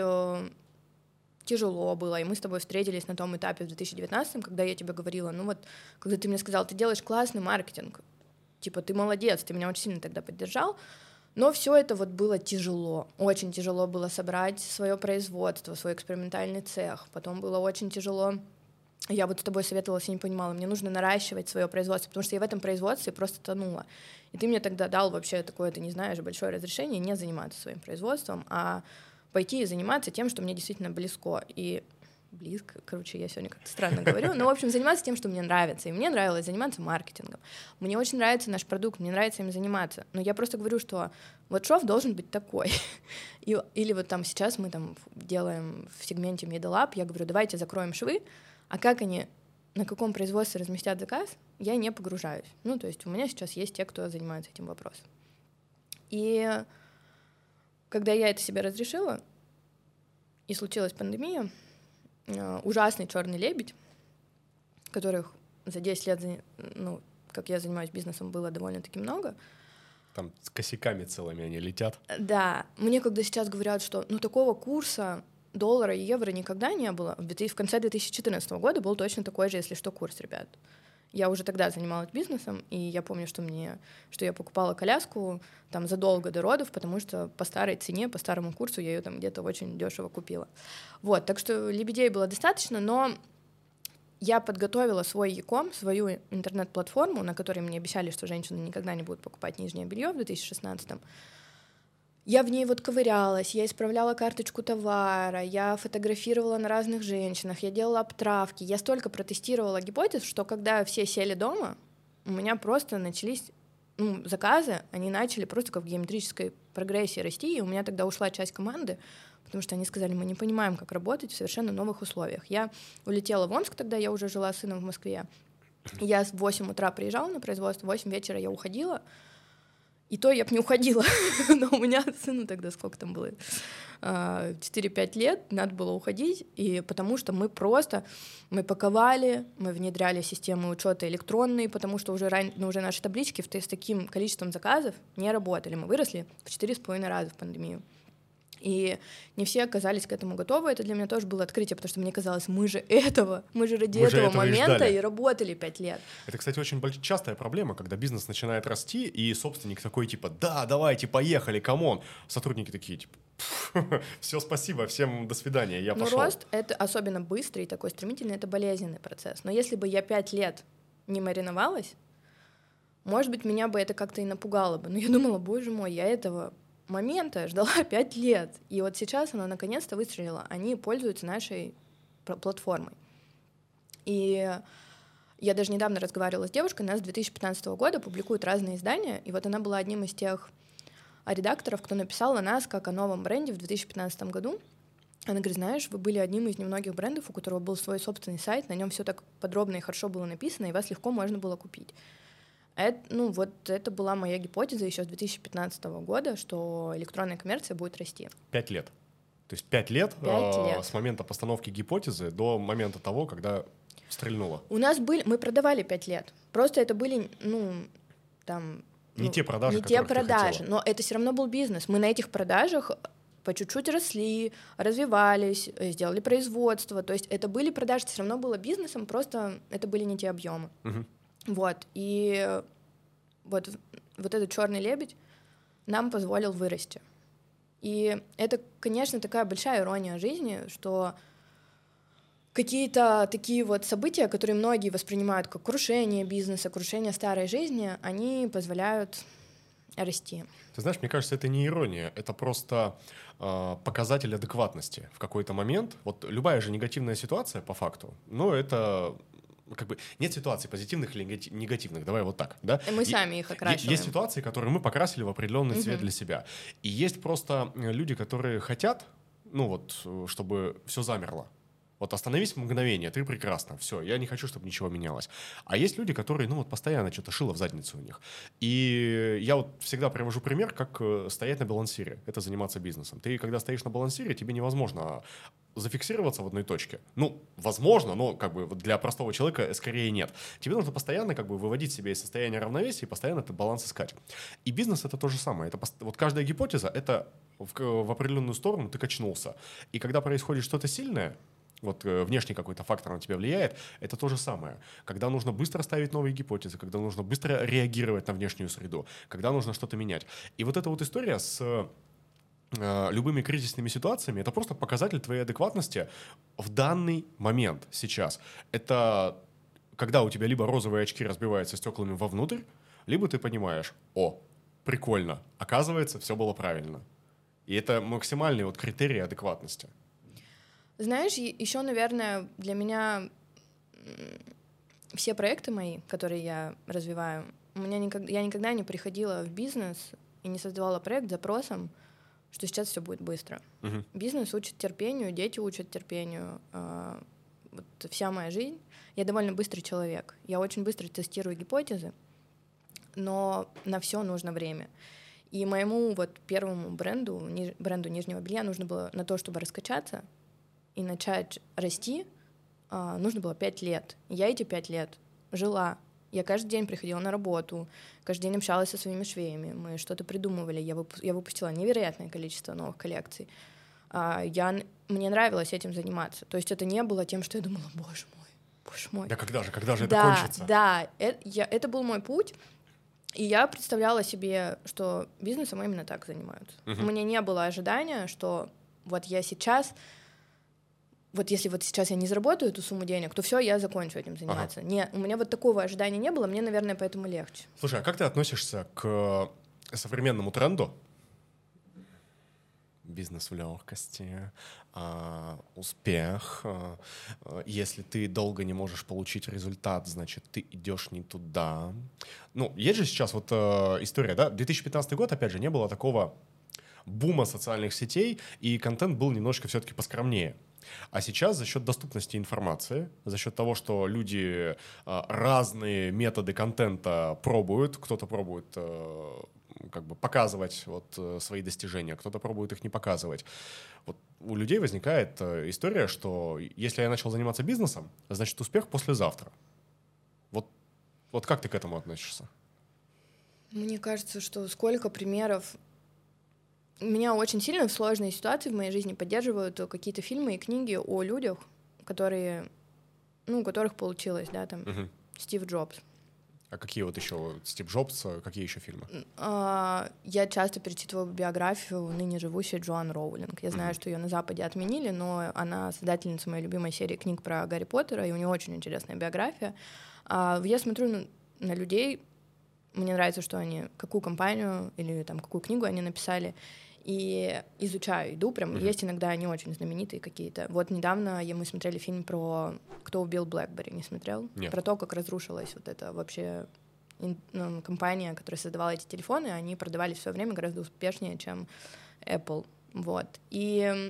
тяжело было, и мы с тобой встретились на том этапе в две тысячи девятнадцатом, когда я тебе говорила, ну вот, когда ты мне сказал, ты делаешь классный маркетинг, типа, ты молодец, ты меня очень сильно тогда поддержал, но все это вот было тяжело, очень тяжело было собрать свое производство, свой экспериментальный цех, потом было очень тяжело, я вот с тобой советовалась и не понимала, мне нужно наращивать свое производство, потому что я в этом производстве просто тонула, и ты мне тогда дал вообще такое, ты не знаешь, большое разрешение не заниматься своим производством, а пойти и заниматься тем, что мне действительно близко. И близко, короче, я сегодня как-то странно говорю, но, в общем, заниматься тем, что мне нравится. И мне нравилось заниматься маркетингом. Мне очень нравится наш продукт, мне нравится им заниматься. Но я просто говорю, что вот шов должен быть такой. И, или вот там сейчас мы там делаем в сегменте Middle Up, я говорю, давайте закроем швы, а как они, на каком производстве разместят заказ, я не погружаюсь. Ну, то есть у меня сейчас есть те, кто занимается этим вопросом. И когда я это себе разрешила, и случилась пандемия, ужасный черный лебедь, которых за десять лет, ну, как я занимаюсь бизнесом, было довольно-таки много. Там с косяками целыми они летят. Да, мне когда сейчас говорят, что ну такого курса доллара и евро никогда не было, в конце две тысячи четырнадцатого года был точно такой же, если что, курс, ребят. Я уже тогда занималась бизнесом, и я помню, что мне, что я покупала коляску там задолго до родов, потому что по старой цене, по старому курсу я ее там где-то очень дешево купила. Вот, так что лебедей было достаточно, но я подготовила свой e-com, свою интернет-платформу, на которой мне обещали, что женщины никогда не будут покупать нижнее белье в две тысячи шестнадцатом. Я в ней вот ковырялась, я исправляла карточку товара, я фотографировала на разных женщинах, я делала обтравки, я столько протестировала гипотез, что когда все сели дома, у меня просто начались ну, заказы, они начали просто как в геометрической прогрессии расти, и у меня тогда ушла часть команды, потому что они сказали, мы не понимаем, как работать в совершенно новых условиях. Я улетела в Омск, тогда я уже жила с сыном в Москве. Я в восемь утра приезжала на производство, в восемь вечера я уходила, и то я бы не уходила, но у меня сыну тогда сколько там было, четыре-пять лет, надо было уходить, и потому что мы просто, мы паковали, мы внедряли системы учета электронные, потому что уже, ран... ну, уже наши таблички с таким количеством заказов не работали, мы выросли в четыре с половиной раза в пандемию. И не все оказались к этому готовы. Это для меня тоже было открытие, потому что мне казалось, мы же этого, мы же ради мы этого, этого момента и, и работали пять лет. Это, кстати, очень частая проблема, когда бизнес начинает расти, и собственник такой, типа, да, давайте, поехали, камон. Сотрудники такие, типа, все, спасибо, всем до свидания, я пошел. Но рост, это особенно быстрый и такой стремительный, это болезненный процесс. Но если бы я пять лет не мариновалась, может быть, меня бы это как-то и напугало бы. Но я думала, боже мой, я этого... момента ждала пять лет, и вот сейчас она наконец-то выстрелила. Они пользуются нашей платформой. И я даже недавно разговаривала с девушкой, нас с две тысячи пятнадцатого года публикуют разные издания, и вот она была одним из тех редакторов, кто написал о нас как о новом бренде в две тысячи пятнадцатом году. Она говорит, знаешь, вы были одним из немногих брендов, у которого был свой собственный сайт, на нем все так подробно и хорошо было написано, и вас легко можно было купить. Это, ну, вот это была моя гипотеза еще с две тысячи пятнадцатого года, что электронная коммерция будет расти. Пять лет. То есть пять лет, пять э, лет. С момента постановки гипотезы до момента того, когда стрельнуло. У нас были, мы продавали пять лет. Просто это были, ну, там... Не ну, те продажи, не те продажи, ты хотела. Но это все равно был бизнес. Мы на этих продажах по чуть-чуть росли, развивались, сделали производство. То есть это были продажи, это все равно было бизнесом, просто это были не те объемы. Угу. Вот, и вот, вот этот черный лебедь нам позволил вырасти. И это, конечно, такая большая ирония жизни, что какие-то такие вот события, которые многие воспринимают как крушение бизнеса, крушение старой жизни, они позволяют расти. Ты знаешь, мне кажется, это не ирония, это просто э, показатель адекватности в какой-то момент. Вот любая же негативная ситуация, по факту, ну, это... как бы нет ситуаций позитивных или негативных, давай вот так, да? И мы сами их окрашиваем. Есть ситуации, которые мы покрасили в определенный угу. цвет для себя. И есть просто люди, которые хотят, ну вот, чтобы все замерло. Вот остановись в мгновение, ты прекрасно, все, я не хочу, чтобы ничего менялось. А есть люди, которые, ну вот, постоянно что-то шило в задницу у них. И я вот всегда привожу пример, как стоять на балансире, это заниматься бизнесом. Ты, когда стоишь на балансире, тебе невозможно зафиксироваться в одной точке. Ну, возможно, но как бы для простого человека скорее нет. Тебе нужно постоянно как бы выводить себя из состояния равновесия и постоянно этот баланс искать. И бизнес — это то же самое. Это, вот каждая гипотеза — это в, в определенную сторону ты качнулся. И когда происходит что-то сильное, вот внешний какой-то фактор на тебя влияет, это то же самое. Когда нужно быстро ставить новые гипотезы, когда нужно быстро реагировать на внешнюю среду, когда нужно что-то менять. И вот эта вот история с э, любыми кризисными ситуациями — это просто показатель твоей адекватности в данный момент сейчас. Это когда у тебя либо розовые очки разбиваются стеклами вовнутрь, либо ты понимаешь: о, прикольно, оказывается, все было правильно. И это максимальный вот критерий адекватности. Знаешь, еще, наверное, для меня все проекты мои, которые я развиваю, у меня никогда, я никогда не приходила в бизнес и не создавала проект с запросом, что сейчас все будет быстро. Uh-huh. Бизнес учит терпению, дети учат терпению. Э, вот вся моя жизнь. Я довольно быстрый человек. Я очень быстро тестирую гипотезы, но на все нужно время. И моему вот первому бренду, ниж, бренду нижнего белья нужно было на то, чтобы раскачаться и начать расти, э, нужно было пять лет. Я эти пять лет жила. Я каждый день приходила на работу, каждый день общалась со своими швеями, мы что-то придумывали, я, вып- я выпустила невероятное количество новых коллекций. А, я, мне нравилось этим заниматься. То есть это не было тем, что я думала: боже мой, боже мой. Да когда же, когда же да, это кончится? Да, это, я, это был мой путь, и я представляла себе, что бизнесом именно так занимаются. Uh-huh. У меня не было ожидания, что вот я сейчас... вот если вот сейчас я не заработаю эту сумму денег, то все, я закончу этим заниматься. Ага. Не, у меня вот такого ожидания не было, мне, наверное, поэтому легче. Слушай, а как ты относишься к современному тренду бизнес в легкости, а, успех. А, если ты долго не можешь получить результат, значит, ты идешь не туда. Ну, есть же сейчас вот а, история, да? две тысячи пятнадцатый год, опять же, не было такого бума социальных сетей, и контент был немножко все-таки поскромнее. А сейчас за счет доступности информации, за счет того, что люди а, разные методы контента пробуют, кто-то пробует а, как бы показывать вот, свои достижения, кто-то пробует их не показывать. Вот у людей возникает а, история, что если я начал заниматься бизнесом, значит успех послезавтра. Вот, вот как ты к этому относишься? Мне кажется, что сколько примеров. Меня очень сильно в сложные ситуации в моей жизни поддерживают какие-то фильмы и книги о людях, которые, ну, у которых получилось, да, там, uh-huh. Стив Джобс. А какие вот еще, Стив Джобс, какие еще фильмы? А, я часто перечитываю биографию ныне живущей Джоан Роулинг. Я знаю, uh-huh. что ее на Западе отменили, но она создательница моей любимой серии книг про Гарри Поттера, и у нее очень интересная биография. А, я смотрю на, на людей, мне нравится, что они, какую компанию или там какую книгу они написали, и изучаю, иду прям, mm-hmm. есть иногда они очень знаменитые какие-то. Вот недавно мы смотрели фильм про «Кто убил Блэкбери», не смотрел? Нет. Про то, как разрушилась вот эта вообще ну, компания, которая создавала эти телефоны, они продавались в свое время гораздо успешнее, чем Apple, вот. И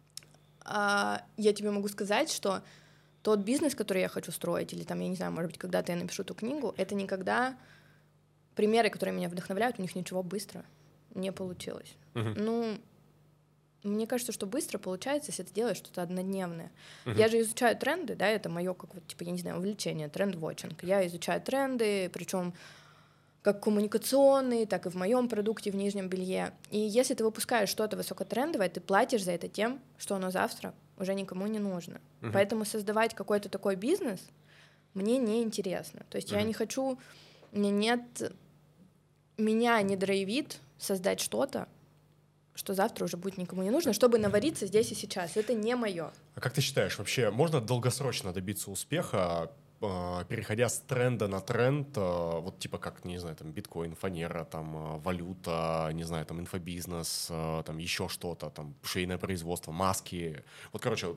а, я тебе могу сказать, что тот бизнес, который я хочу строить, или там, я не знаю, может быть, когда-то я напишу ту книгу, это никогда примеры, которые меня вдохновляют, у них ничего быстро не получилось. Uh-huh. Ну, мне кажется, что быстро получается, если ты делаешь что-то однодневное. Uh-huh. Я же изучаю тренды, да, это мое, как вот, типа, я не знаю, увлечение, тренд-вотчинг. Я изучаю тренды, причем как коммуникационные, так и в моем продукте в нижнем белье. И если ты выпускаешь что-то высокотрендовое, ты платишь за это тем, что оно завтра уже никому не нужно. Uh-huh. Поэтому создавать какой-то такой бизнес мне не интересно. То есть uh-huh. я не хочу, у меня нет, меня не драйвит создать что-то, что завтра уже будет никому не нужно, чтобы навариться здесь и сейчас. Это не мое. А как ты считаешь, вообще можно долгосрочно добиться успеха, переходя с тренда на тренд, вот типа как, не знаю, там биткоин, фанера, там валюта, не знаю, там инфобизнес, там еще что-то, там швейное производство, маски. Вот, короче,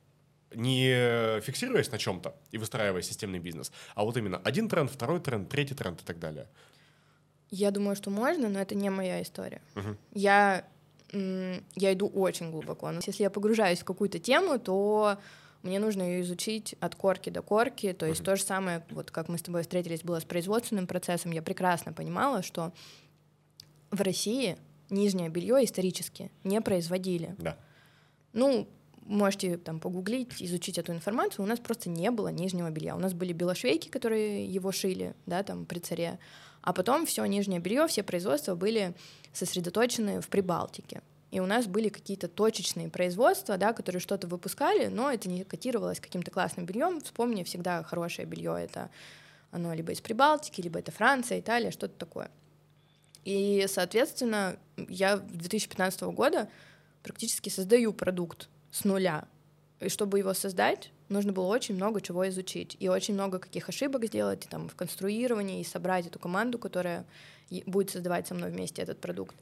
не фиксируясь на чем-то и выстраивая системный бизнес, а вот именно один тренд, второй тренд, третий тренд и так далее. Я думаю, что можно, но это не моя история. Uh-huh. Я, м- я иду очень глубоко. Но если я погружаюсь в какую-то тему, то мне нужно ее изучить от корки до корки. То есть uh-huh. то же самое, вот как мы с тобой встретились, было с производственным процессом. Я прекрасно понимала, что в России нижнее белье исторически не производили. Да. Ну, можете там погуглить, изучить эту информацию. У нас просто не было нижнего белья. У нас были белошвейки, которые его шили, да, там при царе. А потом все нижнее белье, все производства были сосредоточены в Прибалтике. И у нас были какие-то точечные производства, да, которые что-то выпускали, но это не котировалось каким-то классным бельем. Вспомни, всегда хорошее белье это оно либо из Прибалтики, либо это Франция, Италия, что-то такое. И, соответственно, я с две тысячи пятнадцатого года практически создаю продукт с нуля. И чтобы его создать, нужно было очень много чего изучить, и очень много каких ошибок сделать и, там, в конструировании, и собрать эту команду, которая будет создавать со мной вместе этот продукт.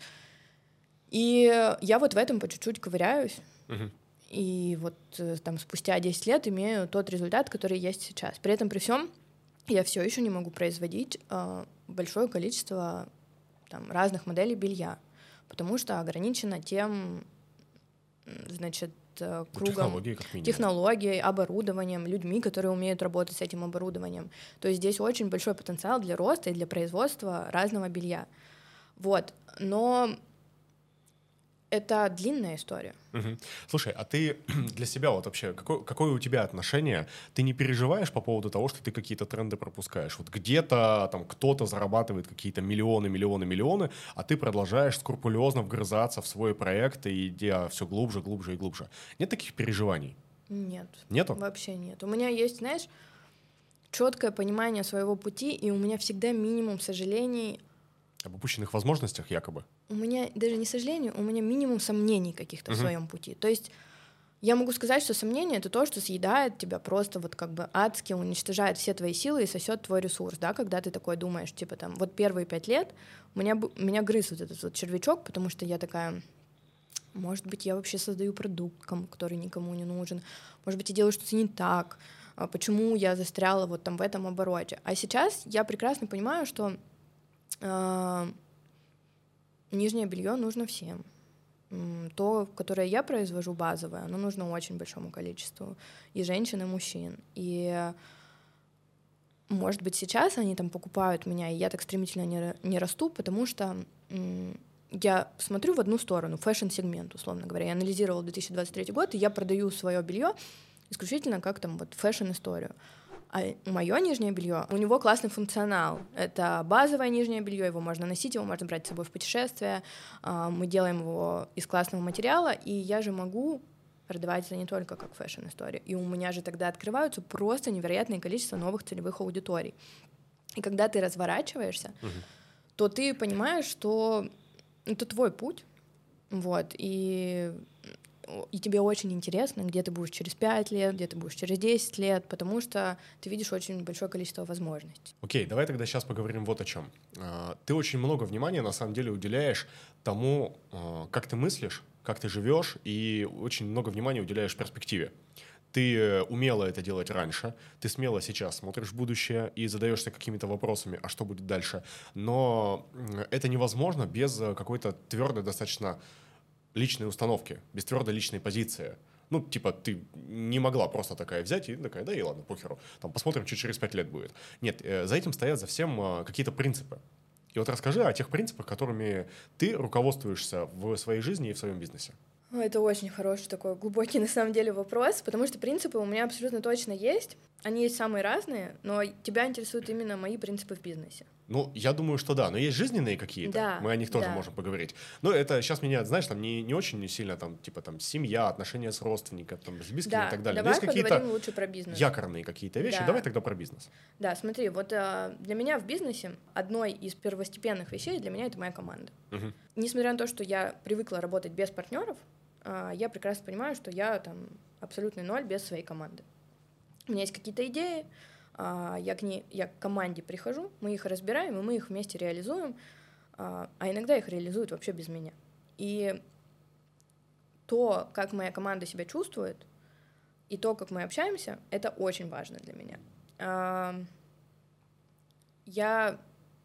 И я вот в этом по чуть-чуть ковыряюсь, uh-huh. и вот там спустя десять лет имею тот результат, который есть сейчас. При этом, при всем, я все еще не могу производить э, большое количество там, разных моделей белья, потому что ограничено тем, значит, кругом технологии, как минимум. технологией, оборудованием, людьми, которые умеют работать с этим оборудованием. То есть здесь очень большой потенциал для роста и для производства разного белья. Вот. Но это длинная история. Угу. Слушай, а ты для себя вот вообще, какое, какое у тебя отношение? Ты не переживаешь по поводу того, что ты какие-то тренды пропускаешь? Вот где-то там кто-то зарабатывает какие-то миллионы, миллионы, миллионы, а ты продолжаешь скрупулезно вгрызаться в свой проект и идя все глубже, глубже и глубже. Нет таких переживаний? Нет. Нету? Вообще нет. У меня есть, знаешь, четкое понимание своего пути, и у меня всегда минимум сожалений. Об упущенных возможностях якобы? У меня даже не сожалений, у меня минимум сомнений каких-то uh-huh. в своем пути. То есть я могу сказать, что сомнение — это то, что съедает тебя просто вот как бы адски, уничтожает все твои силы и сосет твой ресурс, да, когда ты такой думаешь, типа там, вот первые пять лет у меня, меня грыз вот этот вот червячок, потому что я такая, может быть, я вообще создаю продукт, который никому не нужен, может быть, я делаю что-то не так, почему я застряла вот там в этом обороте. А сейчас я прекрасно понимаю, что э, нижнее белье нужно всем. То, которое я произвожу, базовое, оно нужно очень большому количеству и женщин, и мужчин. И, может быть, сейчас они там покупают меня, и я так стремительно не, не расту, потому что м, я смотрю в одну сторону, фэшн-сегмент, условно говоря. Я анализировала две тысячи двадцать третий год, и я продаю свое белье исключительно как там вот фэшн-историю. А мое нижнее белье, у него классный функционал. Это базовое нижнее белье, его можно носить, его можно брать с собой в путешествие. Мы делаем его из классного материала, и я же могу продавать это не только как фэшн-историю. И у меня же тогда открываются просто невероятное количество новых целевых аудиторий. И когда ты разворачиваешься, угу. то ты понимаешь, что это твой путь, вот, и и тебе очень интересно, где ты будешь через пять лет, где ты будешь через десять лет, потому что ты видишь очень большое количество возможностей. Окей, okay, давай тогда сейчас поговорим вот о чем. Ты очень много внимания, на самом деле, уделяешь тому, как ты мыслишь, как ты живешь, и очень много внимания уделяешь перспективе. Ты умела это делать раньше, ты смело сейчас смотришь в будущее и задаешься какими-то вопросами, а что будет дальше. Но это невозможно без какой-то твердой достаточно личной установки, без твердой личной позиции. Ну, типа, ты не могла просто такая взять и такая, да и ладно, похеру. Там посмотрим, что через пять лет будет. Нет, за этим стоят за всем какие-то принципы. И вот расскажи о тех принципах, которыми ты руководствуешься в своей жизни и в своем бизнесе. Это очень хороший такой глубокий на самом деле вопрос, потому что принципы у меня абсолютно точно есть. Они есть самые разные, но тебя интересуют именно мои принципы в бизнесе. Ну, я думаю, что да, но есть жизненные какие-то, да, мы о них тоже да. можем поговорить. Но это сейчас меня, знаешь, там не, не очень сильно, там, типа, там, семья, отношения с родственниками, там, с близкими да, и так далее. Давай есть поговорим лучше про бизнес. Якорные какие-то вещи, да. давай тогда про бизнес. Да, смотри, вот э, для меня в бизнесе одной из первостепенных вещей для меня это моя команда. Угу. Несмотря на то, что я привыкла работать без партнеров, э, я прекрасно понимаю, что я там абсолютный ноль без своей команды. У меня есть какие-то идеи, Я к, ней, я к команде прихожу, мы их разбираем, и мы их вместе реализуем, а иногда их реализуют вообще без меня. И то, как моя команда себя чувствует, и то, как мы общаемся, это очень важно для меня. Я...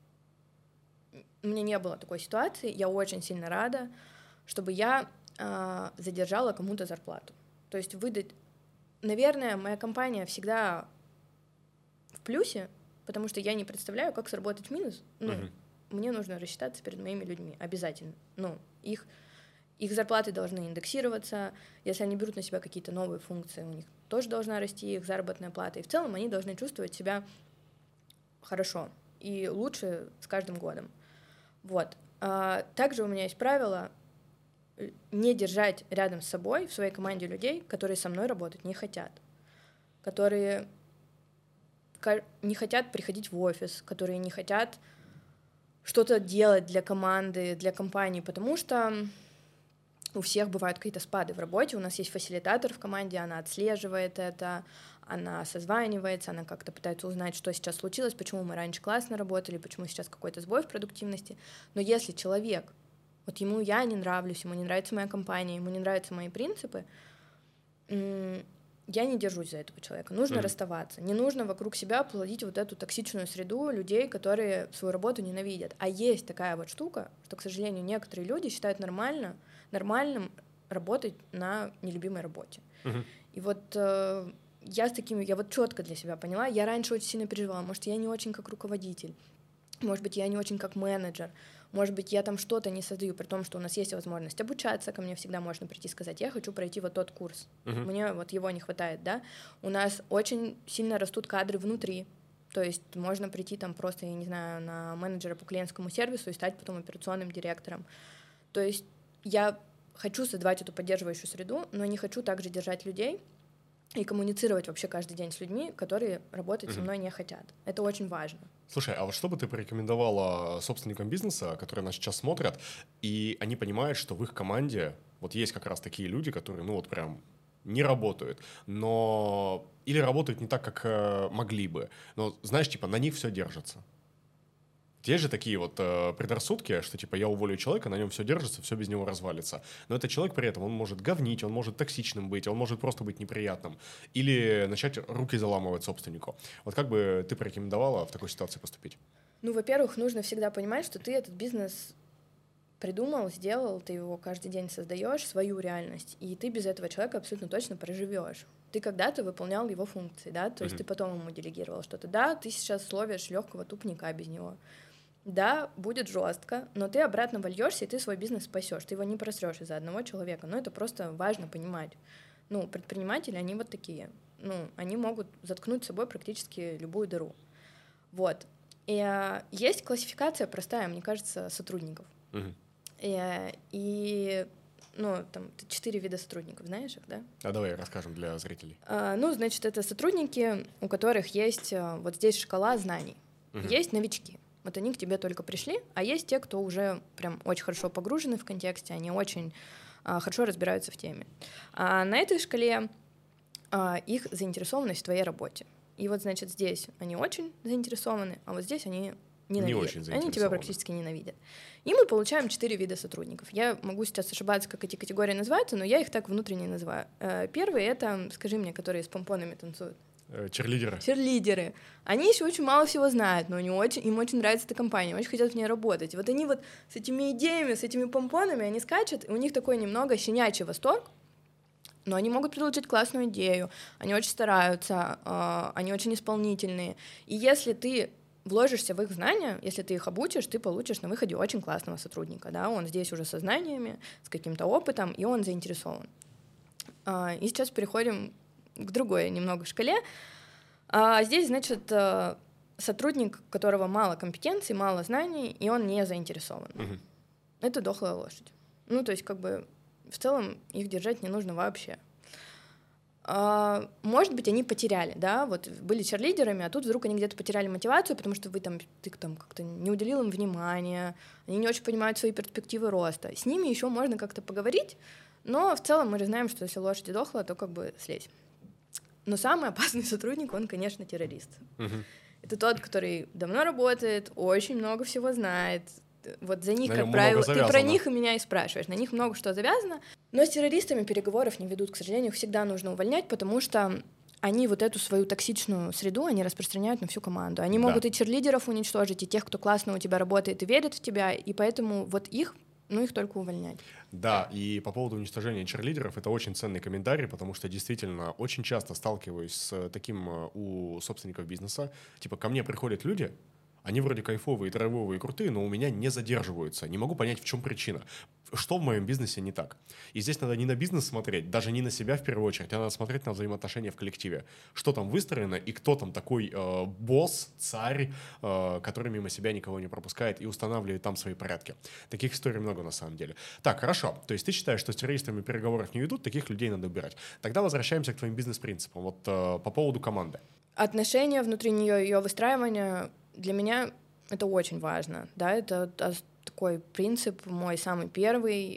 У меня не было такой ситуации, я очень сильно рада, чтобы я задержала кому-то зарплату. То есть выдать... Наверное, моя компания всегда... в плюсе, потому что я не представляю, как сработать в минус. Ну, uh-huh. мне нужно рассчитаться перед моими людьми обязательно. Ну, их, их зарплаты должны индексироваться. Если они берут на себя какие-то новые функции, у них тоже должна расти их заработная плата. И в целом они должны чувствовать себя хорошо и лучше с каждым годом. Вот. А также у меня есть правило не держать рядом с собой в своей команде людей, которые со мной работать не хотят, которые не хотят приходить в офис, которые не хотят что-то делать для команды, для компании, потому что у всех бывают какие-то спады в работе, у нас есть фасилитатор в команде, она отслеживает это, она созванивается, она как-то пытается узнать, что сейчас случилось, почему мы раньше классно работали, почему сейчас какой-то сбой в продуктивности. Но если человек, вот ему я не нравлюсь, ему не нравится моя компания, ему не нравятся мои принципы, я не держусь за этого человека. Нужно mm-hmm. расставаться. Не нужно вокруг себя плодить вот эту токсичную среду людей, которые свою работу ненавидят. А есть такая вот штука, что, к сожалению, некоторые люди считают нормально, нормальным работать на нелюбимой работе. Mm-hmm. И вот э, я с такими, я вот четко для себя поняла, я раньше очень сильно переживала, может, я не очень как руководитель, может быть, я не очень как менеджер, может быть, я там что-то не создаю, при том, что у нас есть возможность обучаться, ко мне всегда можно прийти и сказать, я хочу пройти вот тот курс, uh-huh. мне вот его не хватает, да. У нас очень сильно растут кадры внутри, то есть можно прийти там просто, я не знаю, на менеджера по клиентскому сервису и стать потом операционным директором. То есть я хочу создавать эту поддерживающую среду, но не хочу также держать людей и коммуницировать вообще каждый день с людьми, которые работать mm-hmm. со мной не хотят. Это очень важно. Слушай, а вот что бы ты порекомендовала собственникам бизнеса, которые нас сейчас смотрят, и они понимают, что в их команде вот есть как раз такие люди, которые, ну вот прям не работают, но или работают не так, как э, могли бы, но, знаешь, типа на них все держится. Есть же такие вот э, предрассудки, что типа я уволю человека, на нем все держится, все без него развалится. Но этот человек при этом, он может говнить, он может токсичным быть, он может просто быть неприятным. Или начать руки заламывать собственнику. Вот как бы ты порекомендовала в такой ситуации поступить? Ну, во-первых, нужно всегда понимать, что ты этот бизнес придумал, сделал, ты его каждый день создаешь, свою реальность, и ты без этого человека абсолютно точно проживешь. Ты когда-то выполнял его функции, да, то есть mm-hmm. ты потом ему делегировал что-то. Да, ты сейчас словишь легкого тупника без него. Да, будет жестко, но ты обратно вольешься, и ты свой бизнес спасешь. Ты его не просрешь из-за одного человека. Но это просто важно понимать. Ну, предприниматели, они вот такие. Ну, они могут заткнуть собой практически любую дыру. Вот. И а, есть классификация простая, мне кажется, сотрудников. Mm-hmm. И, и ну, там, ты четыре вида сотрудников, знаешь их, да? А давай расскажем для зрителей. А, ну, значит, это сотрудники, у которых есть вот здесь шкала знаний. Mm-hmm. Есть новички. Вот они к тебе только пришли, а есть те, кто уже прям очень хорошо погружены в контексте, они очень а, хорошо разбираются в теме. А на этой шкале а, их заинтересованность в твоей работе. И вот, значит, здесь они очень заинтересованы, а вот здесь они ненавидят. Не очень заинтересованы. Они тебя практически ненавидят. И мы получаем четыре вида сотрудников. Я могу сейчас ошибаться, как эти категории называются, но я их так внутренне называю. Первый — это, скажи мне, которые с помпонами танцуют. Черлидеры. Черлидеры. Они еще очень мало всего знают, но они очень, им очень нравится эта компания, очень хотят в ней работать. Вот они вот с этими идеями, с этими помпонами, они скачут, и у них такой немного щенячий восторг, но они могут предложить классную идею, они очень стараются, э, они очень исполнительные. И если ты вложишься в их знания, если ты их обучишь, ты получишь на выходе очень классного сотрудника. Да? Он здесь уже со знаниями, с каким-то опытом, и он заинтересован. Э, и сейчас переходим к другой немного шкале. А здесь, значит, сотрудник, у которого мало компетенций, мало знаний, и он не заинтересован. Угу. Это дохлая лошадь. Ну, то есть, как бы, в целом их держать не нужно вообще. А, может быть, они потеряли, да, вот были черлидерами, а тут вдруг они где-то потеряли мотивацию, потому что вы там, ты там как-то не уделил им внимания, они не очень понимают свои перспективы роста. С ними еще можно как-то поговорить, но в целом мы же знаем, что если лошадь дохла, то как бы слезь. Но самый опасный сотрудник, он, конечно, террорист. Uh-huh. Это тот, который давно работает, очень много всего знает. Вот за них, на как правило, ты про них и меня и спрашиваешь. На них много что завязано. Но с террористами переговоров не ведут, к сожалению, их всегда нужно увольнять, потому что они вот эту свою токсичную среду, они распространяют на всю команду. Они да. могут и черлидеров уничтожить, и тех, кто классно у тебя работает и верит в тебя, и поэтому вот их ну, их только увольнять. Да, и по поводу уничтожения черлидеров, это очень ценный комментарий, потому что действительно очень часто сталкиваюсь с таким у собственников бизнеса. Типа, ко мне приходят люди, они вроде кайфовые, драйвовые, крутые, но у меня не задерживаются. Не могу понять, в чем причина. Что в моем бизнесе не так. И здесь надо не на бизнес смотреть, даже не на себя в первую очередь, а надо смотреть на взаимоотношения в коллективе. Что там выстроено и кто там такой э, босс, царь, э, который мимо себя никого не пропускает и устанавливает там свои порядки. Таких историй много на самом деле. Так, хорошо. То есть ты считаешь, что с террористами переговоров не ведут, таких людей надо убирать. Тогда возвращаемся к твоим бизнес-принципам. Вот э, по поводу команды. Отношения внутри нее, ее выстраивание... Для меня это очень важно, да, это такой принцип мой самый первый.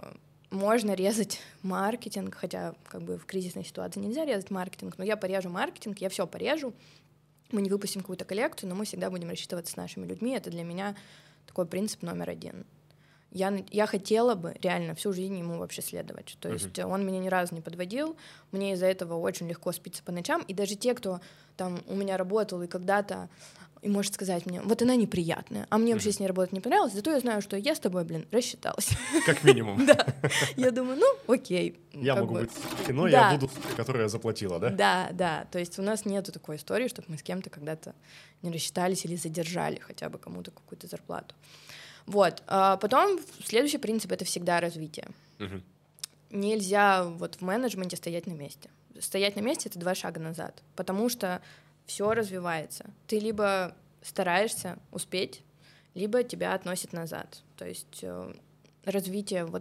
Можно резать маркетинг, хотя как бы в кризисной ситуации нельзя резать маркетинг, но я порежу маркетинг, я все порежу. Мы не выпустим какую-то коллекцию, но мы всегда будем рассчитываться с нашими людьми. Это для меня такой принцип номер один. Я, я хотела бы реально всю жизнь ему вообще следовать. То есть uh-huh. он меня ни разу не подводил, мне из-за этого очень легко спится по ночам. И даже те, кто там у меня работал и когда-то и может сказать мне, вот она неприятная, а мне uh-huh. вообще с ней работать не понравилось, зато я знаю, что я с тобой, блин, рассчиталась. Как минимум. Да. Я думаю, ну, окей. Я могу быть, но я буду, которая заплатила, да? Да, да. То есть у нас нету такой истории, чтобы мы с кем-то когда-то не рассчитались или задержали хотя бы кому-то какую-то зарплату. Вот. А потом следующий принцип — это всегда развитие. Uh-huh. Нельзя вот в менеджменте стоять на месте. Стоять на месте — это два шага назад, потому что все развивается. Ты либо стараешься успеть, либо тебя относит назад. То есть э, развитие, вот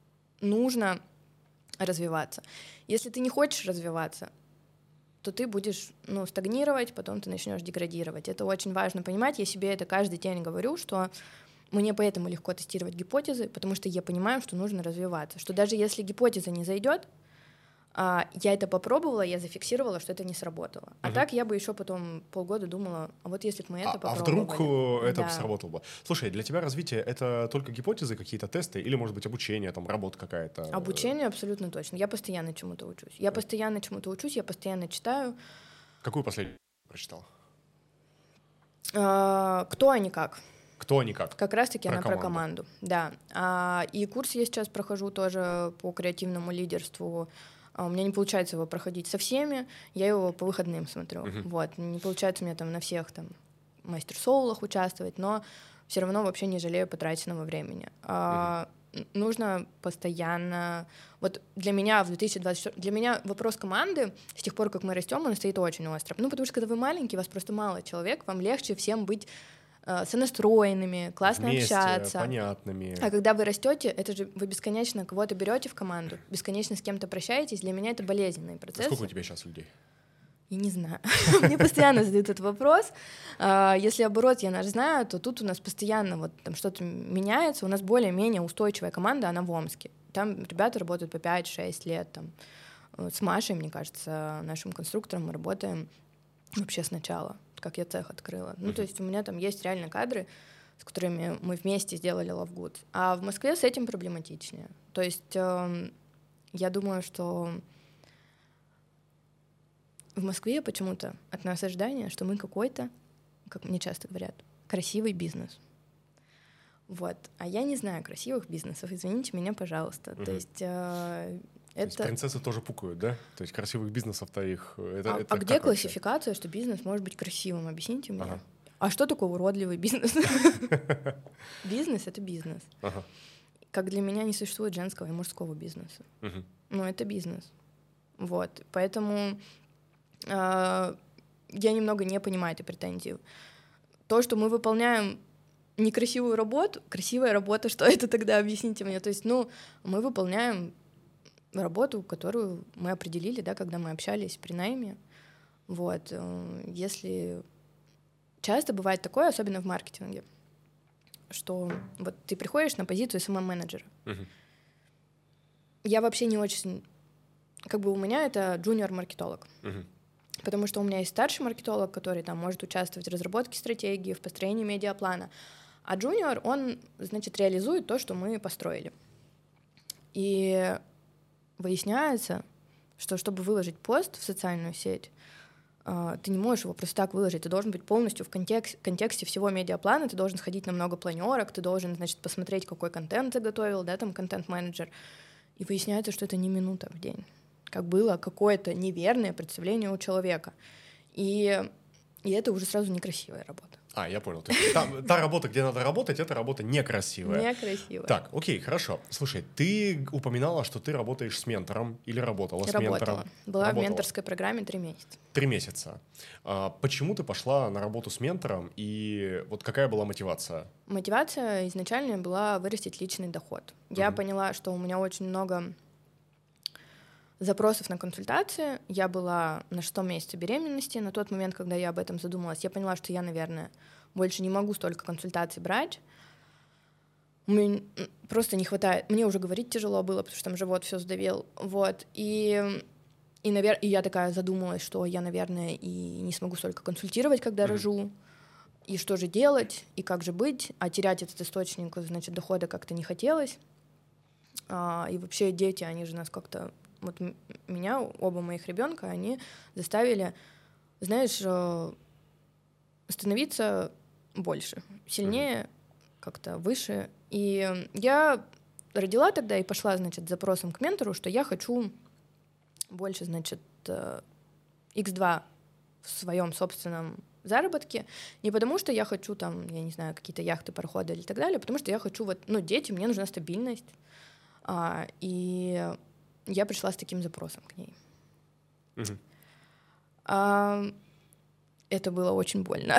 нужно развиваться. Если ты не хочешь развиваться, то ты будешь ну, стагнировать, потом ты начнешь деградировать. Это очень важно понимать. Я себе это каждый день говорю, что мне поэтому легко тестировать гипотезы, потому что я понимаю, что нужно развиваться. Что даже если гипотеза не зайдет, А, я это попробовала, я зафиксировала, что это не сработало. А uh-huh. так я бы еще потом полгода думала, а вот если бы мы это а, попробовали. А вдруг это да. сработало бы? Слушай, для тебя развитие — это только гипотезы, какие-то тесты, или, может быть, обучение, там, работа какая-то? Обучение абсолютно точно. Я постоянно чему-то учусь. Я постоянно чему-то учусь, я постоянно читаю. Какую последнюю прочитал? А, «Кто, а не как». «Кто, а не как». Как раз-таки про она команду. про команду. Да. А, и курс я сейчас прохожу тоже по креативному лидерству. У меня не получается его проходить со всеми, я его по выходным смотрю. Uh-huh. Вот. Не получается мне там на всех там мастер-соулах участвовать, но все равно вообще не жалею потраченного времени. Uh-huh. А, нужно постоянно... Вот для меня в две тысячи двадцать четвёртом... Для меня вопрос команды с тех пор, как мы растем, он стоит очень остро. Ну, потому что когда вы маленький, вас просто мало человек, вам легче всем быть сонастроенными, классно вместе, общаться. Понятными. А когда вы растете, это же вы бесконечно кого-то берете в команду, бесконечно с кем-то прощаетесь. Для меня это болезненный процесс. Сколько у тебя сейчас людей? Я не знаю. Мне постоянно задают этот вопрос. Если оборот я наш знаю, то тут у нас постоянно вот там что-то меняется. У нас более-менее устойчивая команда, она в Омске. Там ребята работают по пять-шесть лет. Там. С Машей, мне кажется, нашим конструктором мы работаем вообще сначала, как я цех открыла. Ну, то есть у меня там есть реально кадры, с которыми мы вместе сделали Love Good. А в Москве с этим проблематичнее. То есть э, я думаю, что в Москве почему-то от нас ожидание, что мы какой-то, как мне часто говорят, красивый бизнес. Вот. А я не знаю красивых бизнесов, извините меня, пожалуйста. Uh-huh. То есть... Э, То это... есть принцессы тоже пукают, да? То есть красивых бизнесов-то их... Это, а это а где вообще? Классификация, что бизнес может быть красивым? Объясните мне. Ага. А что такое уродливый бизнес? Бизнес — это бизнес. Как для меня не существует женского и мужского бизнеса. Но это бизнес. Вот. Поэтому я немного не понимаю этой претензии. То, что мы выполняем некрасивую работу, красивая работа, что это тогда, объясните мне. То есть, ну, мы выполняем работу, которую мы определили, да, когда мы общались при найме. Вот. Если часто бывает такое, особенно в маркетинге, что вот ты приходишь на позицию эс эм эм-менеджера. Uh-huh. Я вообще не очень... Как бы у меня это джуниор-маркетолог. Uh-huh. Потому что у меня есть старший маркетолог, который там может участвовать в разработке стратегии, в построении медиаплана. А джуниор, он, значит, реализует то, что мы построили. И выясняется, что чтобы выложить пост в социальную сеть, ты не можешь его просто так выложить, ты должен быть полностью в контекст, контексте всего медиаплана, ты должен сходить на много планерок, ты должен, значит, посмотреть, какой контент ты готовил, да, там контент-менеджер, и выясняется, что это не минута в день, как было какое-то неверное представление у человека, и, и это уже сразу некрасивая работа. А, я понял. То есть, там, та работа, где надо работать, это работа некрасивая. Некрасивая. Так, окей, хорошо. Слушай, ты упоминала, что ты работаешь с ментором или работала с Работала. ментором? Была Работала. в менторской программе три месяца. Три месяца. А почему ты пошла на работу с ментором, и вот какая была мотивация? Мотивация изначально была вырастить личный доход. Я угу. поняла, что у меня очень много запросов на консультации. Я была на шестом месяце беременности. На тот момент, когда я об этом задумалась, я поняла, что я, наверное, больше не могу столько консультаций брать. Мне просто не хватает. Мне уже говорить тяжело было, потому что там живот все сдавил. Вот. И, и, навер... и я такая задумалась, что я, наверное, и не смогу столько консультировать, когда mm-hmm. рожу. И что же делать, и как же быть. А терять этот источник, значит, дохода как-то не хотелось. А, и вообще дети, они же нас как-то... Вот меня, оба моих ребенка, они заставили, знаешь, становиться больше, сильнее, как-то выше. И я родила тогда и пошла, значит, с запросом к ментору, что я хочу больше, значит, икс два в своем собственном заработке. Не потому что я хочу там, я не знаю, какие-то яхты, пароходы или так далее, потому что я хочу вот, ну, дети, мне нужна стабильность. А, и я пришла с таким запросом к ней. Uh-huh. А, это было очень больно.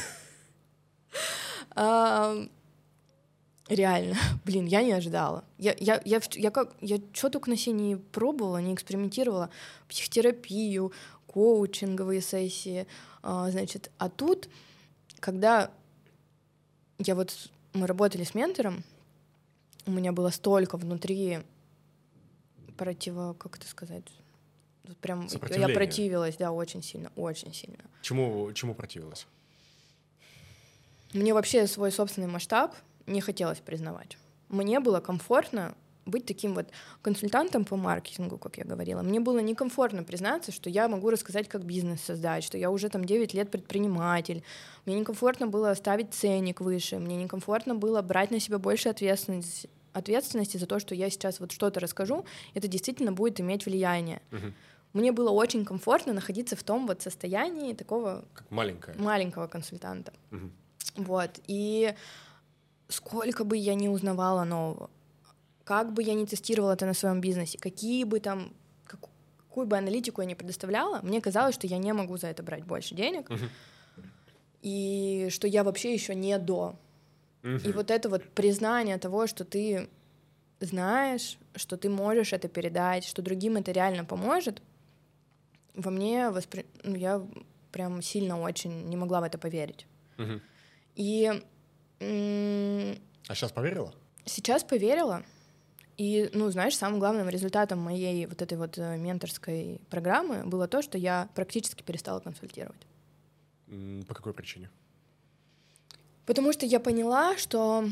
а, реально, блин, я не ожидала. Я, я, я, я, как, я что только на себе не пробовала, не экспериментировала. Психотерапию, коучинговые сессии. А, значит, а тут, когда я вот, мы работали с ментором, у меня было столько внутри противо, как это сказать, прям я противилась, да, очень сильно, очень сильно. Чему, чему противилась? Мне вообще свой собственный масштаб не хотелось признавать. Мне было комфортно быть таким вот консультантом по маркетингу, как я говорила. Мне было некомфортно признаться, что я могу рассказать, как бизнес создать, что я уже там девять лет предприниматель. Мне некомфортно было ставить ценник выше, мне некомфортно было брать на себя больше ответственности, ответственности за то, что я сейчас вот что-то расскажу, это действительно будет иметь влияние. Uh-huh. Мне было очень комфортно находиться в том вот состоянии такого как маленькая. маленького консультанта. Uh-huh. Вот. И сколько бы я ни узнавала нового, как бы я ни тестировала это на своем бизнесе, какие бы там, как, какую бы аналитику я ни предоставляла, мне казалось, что я не могу за это брать больше денег, uh-huh. и что я вообще еще не до. Uh-huh. И вот это вот признание того, что ты знаешь, что ты можешь это передать, что другим это реально поможет, во мне воспри... ну, я прям сильно очень не могла в это поверить. Uh-huh. И м- а сейчас поверила? Сейчас поверила. И, ну, знаешь, самым главным результатом моей вот этой вот менторской программы было то, что я практически перестала консультировать. Mm, по какой причине? Потому что я поняла, что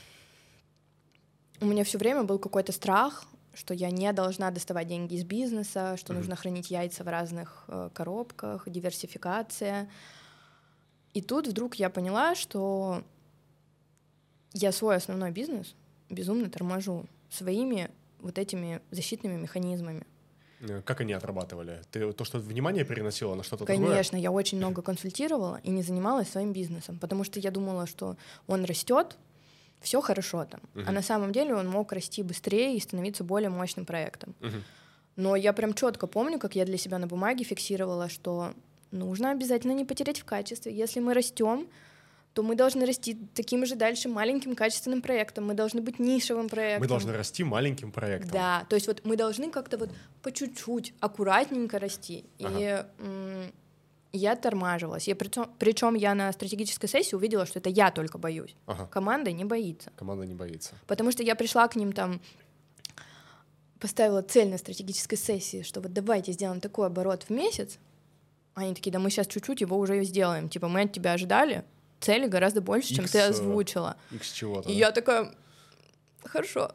у меня все время был какой-то страх, что я не должна доставать деньги из бизнеса, что mm-hmm. нужно хранить яйца в разных э, коробках, диверсификация. И тут вдруг я поняла, что я свой основной бизнес безумно торможу своими вот этими защитными механизмами. Как они отрабатывали? Ты то, что внимание переносила на что-то Конечно, другое? Конечно, я очень много консультировала и не занималась своим бизнесом, потому что я думала, что он растет, все хорошо там. Uh-huh. А на самом деле он мог расти быстрее и становиться более мощным проектом. Uh-huh. Но я прям четко помню, как я для себя на бумаге фиксировала, что нужно обязательно не потерять в качестве. Если мы растем, то мы должны расти таким же дальше маленьким качественным проектом. Мы должны быть нишевым проектом. Мы должны расти маленьким проектом. Да, то есть вот мы должны как-то вот по чуть-чуть, аккуратненько расти. Ага. И м- я тормаживалась. Я, причем, причем я на стратегической сессии увидела, что это я только боюсь. Ага. Команда не боится. Команда не боится. Потому что я пришла к ним там, поставила цель на стратегической сессии, что вот давайте сделаем такой оборот в месяц. Они такие, да мы сейчас чуть-чуть его уже сделаем. Типа мы от тебя ожидали цели гораздо больше, чем X, ты озвучила. X чего-то. И да? я такая... Хорошо.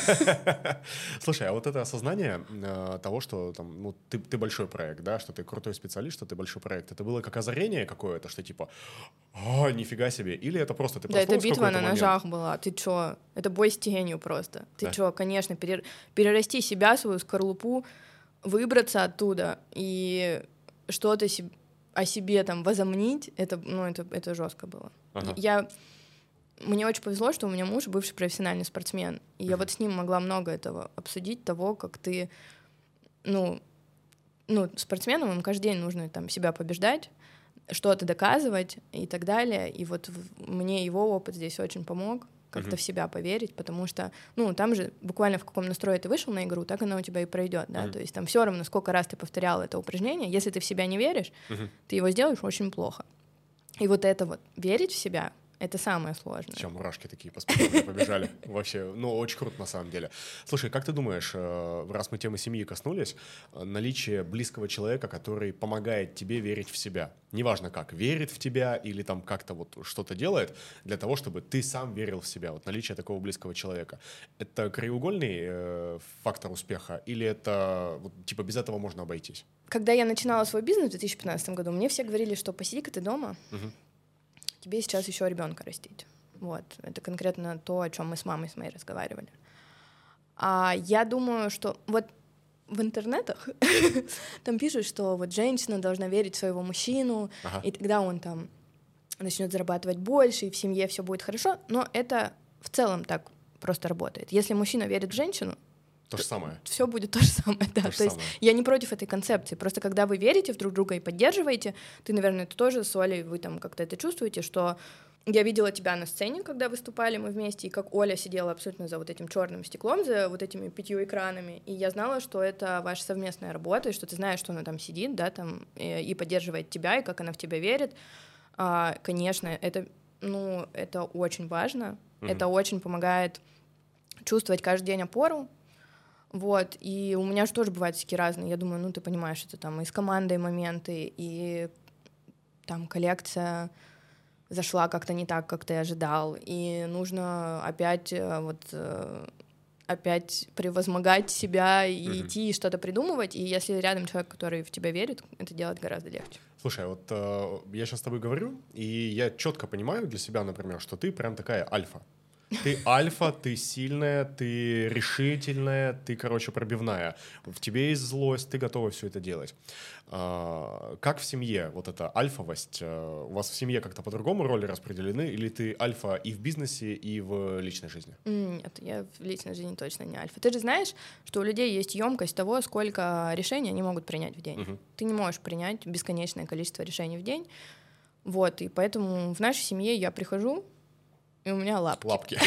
Слушай, а вот это осознание э, того, что там, ну, ты, ты большой проект, да, что ты крутой специалист, что ты большой проект, это было как озарение какое-то, что типа, о, нифига себе, или это просто ты Да, это битва на момент? ножах была, ты чё, это бой с тенью просто, ты да. чё, конечно, перер... перерасти себя, свою скорлупу, выбраться оттуда и что-то себе... о себе там возомнить, это, ну, это, это жестко было. Ага. Я... Мне очень повезло, что у меня муж бывший профессиональный спортсмен, и uh-huh. я вот с ним могла много этого обсудить, того, как ты, ну, ну, спортсменам им каждый день нужно там себя побеждать, что-то доказывать и так далее, и вот в, мне его опыт здесь очень помог как-то uh-huh. в себя поверить, потому что, ну, там же буквально в каком настрое ты вышел на игру, так она у тебя и пройдет, да, uh-huh. то есть там все равно, сколько раз ты повторял это упражнение, если ты в себя не веришь, uh-huh. ты его сделаешь очень плохо. И вот это вот, верить в себя, это самое сложное. Все, мурашки такие по спине побежали. Вообще, ну, очень круто на самом деле. Слушай, как ты думаешь, раз мы темы семьи коснулись, наличие близкого человека, который помогает тебе верить в себя, неважно как, верит в тебя или там как-то вот что-то делает для того, чтобы ты сам верил в себя, вот наличие такого близкого человека, это краеугольный э, фактор успеха или это, вот, типа, без этого можно обойтись? Когда я начинала свой бизнес в две тысячи пятнадцатом году, мне все говорили, что посиди-ка ты дома, угу. тебе сейчас еще ребенка растить. Вот. Это конкретно то, о чем мы с мамой с моей разговаривали. А я думаю, что вот в интернетах там пишут, что вот женщина должна верить в своего мужчину, ага. и тогда он там начнет зарабатывать больше, и в семье все будет хорошо. Но это в целом так просто работает. Если мужчина верит в женщину, то же самое. Все будет то же самое, да. То, то есть самое. Я не против этой концепции. Просто когда вы верите в друг друга и поддерживаете, ты, наверное, это тоже с Олей, вы там как-то это чувствуете, что я видела тебя на сцене, когда выступали мы вместе, и как Оля сидела абсолютно за вот этим черным стеклом, за вот этими пятью экранами, и я знала, что это ваша совместная работа, и что ты знаешь, что она там сидит, да, там, и, и поддерживает тебя, и как она в тебя верит. А, конечно, это, ну, это очень важно, mm-hmm. это очень помогает чувствовать каждый день опору, Вот, и у меня же тоже бывают всякие разные. Я думаю, ну, ты понимаешь, это там и с командой моменты, и там коллекция зашла как-то не так, как ты ожидал, и нужно опять вот опять превозмогать себя и mm-hmm. идти и что-то придумывать, и если рядом человек, который в тебя верит, это делать гораздо легче. Слушай, вот э, я сейчас с тобой говорю, и я четко понимаю для себя, например, что ты прям такая альфа. Ты альфа, ты сильная, ты решительная, ты, короче, пробивная. В тебе есть злость, ты готова все это делать. А, как в семье вот эта альфовость? У вас в семье как-то по-другому роли распределены? Или ты альфа и в бизнесе, и в личной жизни? Нет, я в личной жизни точно не альфа. Ты же знаешь, что у людей есть емкость того, сколько решений они могут принять в день. Uh-huh. Ты не можешь принять бесконечное количество решений в день. Вот, и поэтому в нашей семье я прихожу, и у меня лапки. Лапки.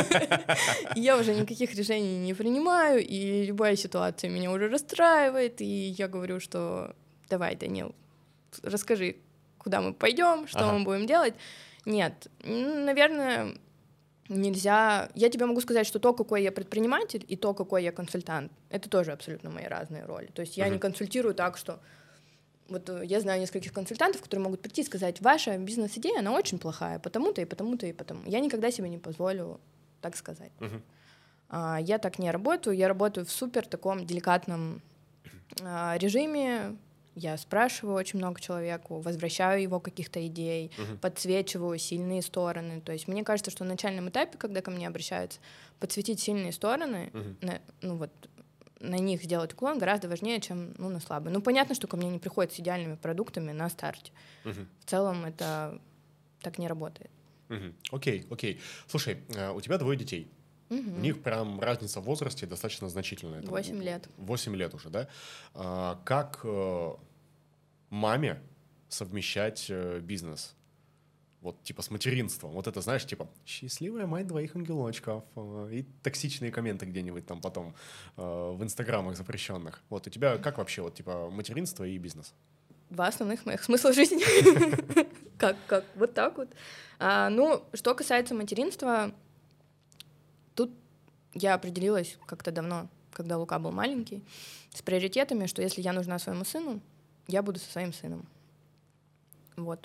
Я уже никаких решений не принимаю, и любая ситуация меня уже расстраивает, и я говорю, что давай, Данил, расскажи, куда мы пойдем, что ага. мы будем делать. Нет, наверное, нельзя... Я тебе могу сказать, что то, какой я предприниматель, и то, какой я консультант, это тоже абсолютно мои разные роли. То есть я угу. не консультирую так, что... Вот я знаю нескольких консультантов, которые могут прийти и сказать, ваша бизнес-идея, она очень плохая, потому-то и потому-то и потому. Я никогда себе не позволю так сказать. Uh-huh. А, я так не работаю, я работаю в супер таком деликатном а, режиме. Я спрашиваю очень много человеку, возвращаю его каких-то идей, uh-huh. подсвечиваю сильные стороны. То есть мне кажется, что на начальном этапе, когда ко мне обращаются, подсветить сильные стороны, uh-huh. на, ну вот, на них сделать уклон гораздо важнее, чем ну, на слабые. Ну, понятно, что ко мне не приходят с идеальными продуктами на старте. Uh-huh. В целом это так не работает. Uh-huh. Окей, окей. Слушай, у тебя двое детей. Uh-huh. У них прям разница в возрасте достаточно значительная. Восемь лет. Восемь лет уже, да? А, как э, маме совмещать э, бизнес? Вот, типа, с материнством. Вот это, знаешь, типа, счастливая мать двоих ангелочков. И токсичные комменты где-нибудь там потом э, в инстаграмах запрещенных. Вот, у тебя как вообще, вот, типа, материнство и бизнес? Два основных моих смысла жизни. Как, как, вот так вот. Ну, что касается материнства, тут я определилась как-то давно, когда Лука был маленький, с приоритетами, что если я нужна своему сыну, я буду со своим сыном. Вот.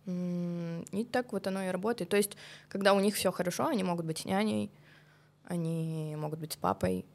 И так вот оно и работает. То есть, когда у них все хорошо, они могут быть с няней, они могут быть с папой,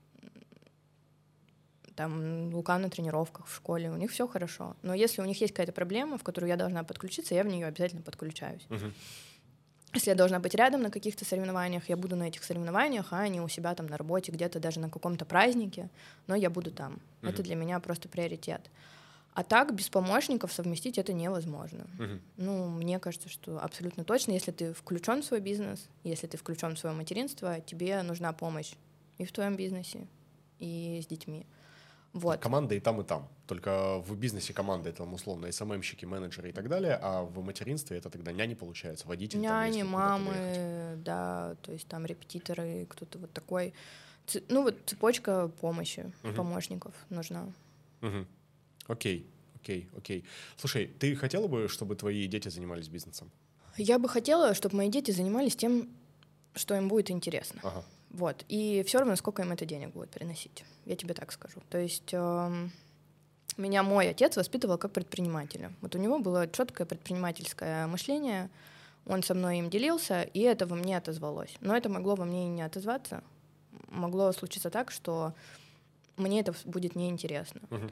там Лука на тренировках в школе, у них все хорошо. Но если у них есть какая-то проблема, в которую я должна подключиться, я в нее обязательно подключаюсь. Uh-huh. Если я должна быть рядом на каких-то соревнованиях, я буду на этих соревнованиях, а не у себя там на работе, где-то даже на каком-то празднике, но я буду там. Uh-huh. Это для меня просто приоритет. А так без помощников совместить это невозможно. Uh-huh. Ну, мне кажется, что абсолютно точно, если ты включен в свой бизнес, если ты включен в свое материнство, тебе нужна помощь и в твоем бизнесе, и с детьми. Вот. Команда и там, и там. Только в бизнесе команда — это там, условно эс эм эм-щики, менеджеры и так далее, а в материнстве это тогда няни, получается, водитель. Няни, там, мамы, да, то есть там репетиторы, кто-то вот такой. Ц- ну вот цепочка помощи, uh-huh. помощников нужна. Uh-huh. Окей, окей, окей. Слушай, ты хотела бы, чтобы твои дети занимались бизнесом? Я бы хотела, чтобы мои дети занимались тем, что им будет интересно. Ага. Вот. И все равно, сколько им это денег будет приносить. Я тебе так скажу. То есть э, меня мой отец воспитывал как предпринимателя. Вот у него было четкое предпринимательское мышление, он со мной им делился, и это во мне отозвалось. Но это могло во мне и не отозваться. Могло случиться так, что мне это будет неинтересно. Uh-huh.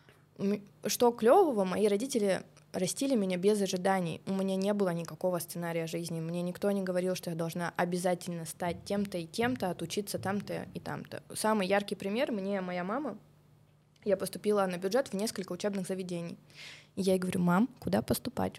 Что клевого, мои родители растили меня без ожиданий. У меня не было никакого сценария жизни. Мне никто не говорил, что я должна обязательно стать тем-то и тем-то, отучиться там-то и там-то. Самый яркий пример — мне моя мама. Я поступила на бюджет в несколько учебных заведений. И я ей говорю: мам, куда поступать?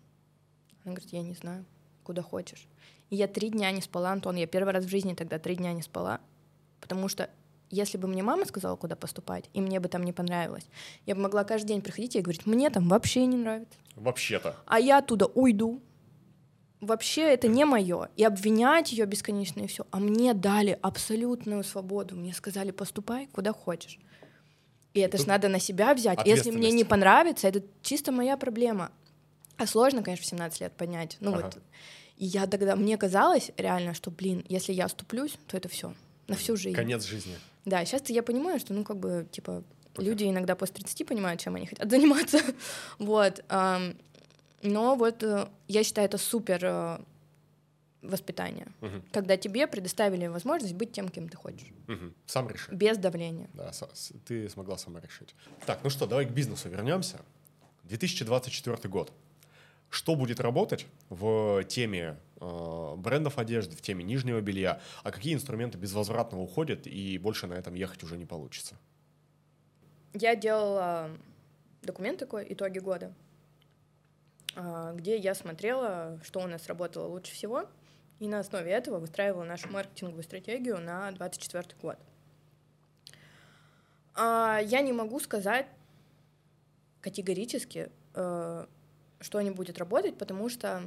Она говорит: я не знаю, куда хочешь. И я три дня не спала, Антон. Я первый раз в жизни тогда три дня не спала, потому что если бы мне мама сказала, куда поступать, и мне бы там не понравилось, я бы могла каждый день приходить и говорить: мне там вообще не нравится. Вообще-то. А я оттуда уйду. Вообще это не мое. И обвинять ее бесконечно, и все. А мне дали абсолютную свободу. Мне сказали: поступай куда хочешь. И это ж надо на себя взять. Если мне не понравится, это чисто моя проблема. А сложно, конечно, в семнадцать лет понять. Ну ага. вот. И я тогда, мне казалось реально, что, блин, если я оступлюсь, то это все. на всю жизнь. Конец жизни. Да, сейчас я понимаю, что, ну, как бы, типа, okay. люди иногда после тридцати понимают, чем они хотят заниматься. Вот. Но вот я считаю, это супер воспитание, uh-huh. когда тебе предоставили возможность быть тем, кем ты хочешь. Uh-huh. Сам реши. Без давления. Да, ты смогла сама решить. Так, ну что, давай к бизнесу вернемся. две тысячи двадцать четвёртый год. Что будет работать в теме э, брендов одежды, в теме нижнего белья, а какие инструменты безвозвратно уходят и больше на этом ехать уже не получится? Я делала документ такой, итоги года, где я смотрела, что у нас работало лучше всего, и на основе этого выстраивала нашу маркетинговую стратегию на двадцать четвёртый год. Я не могу сказать категорически, что не будет работать, потому что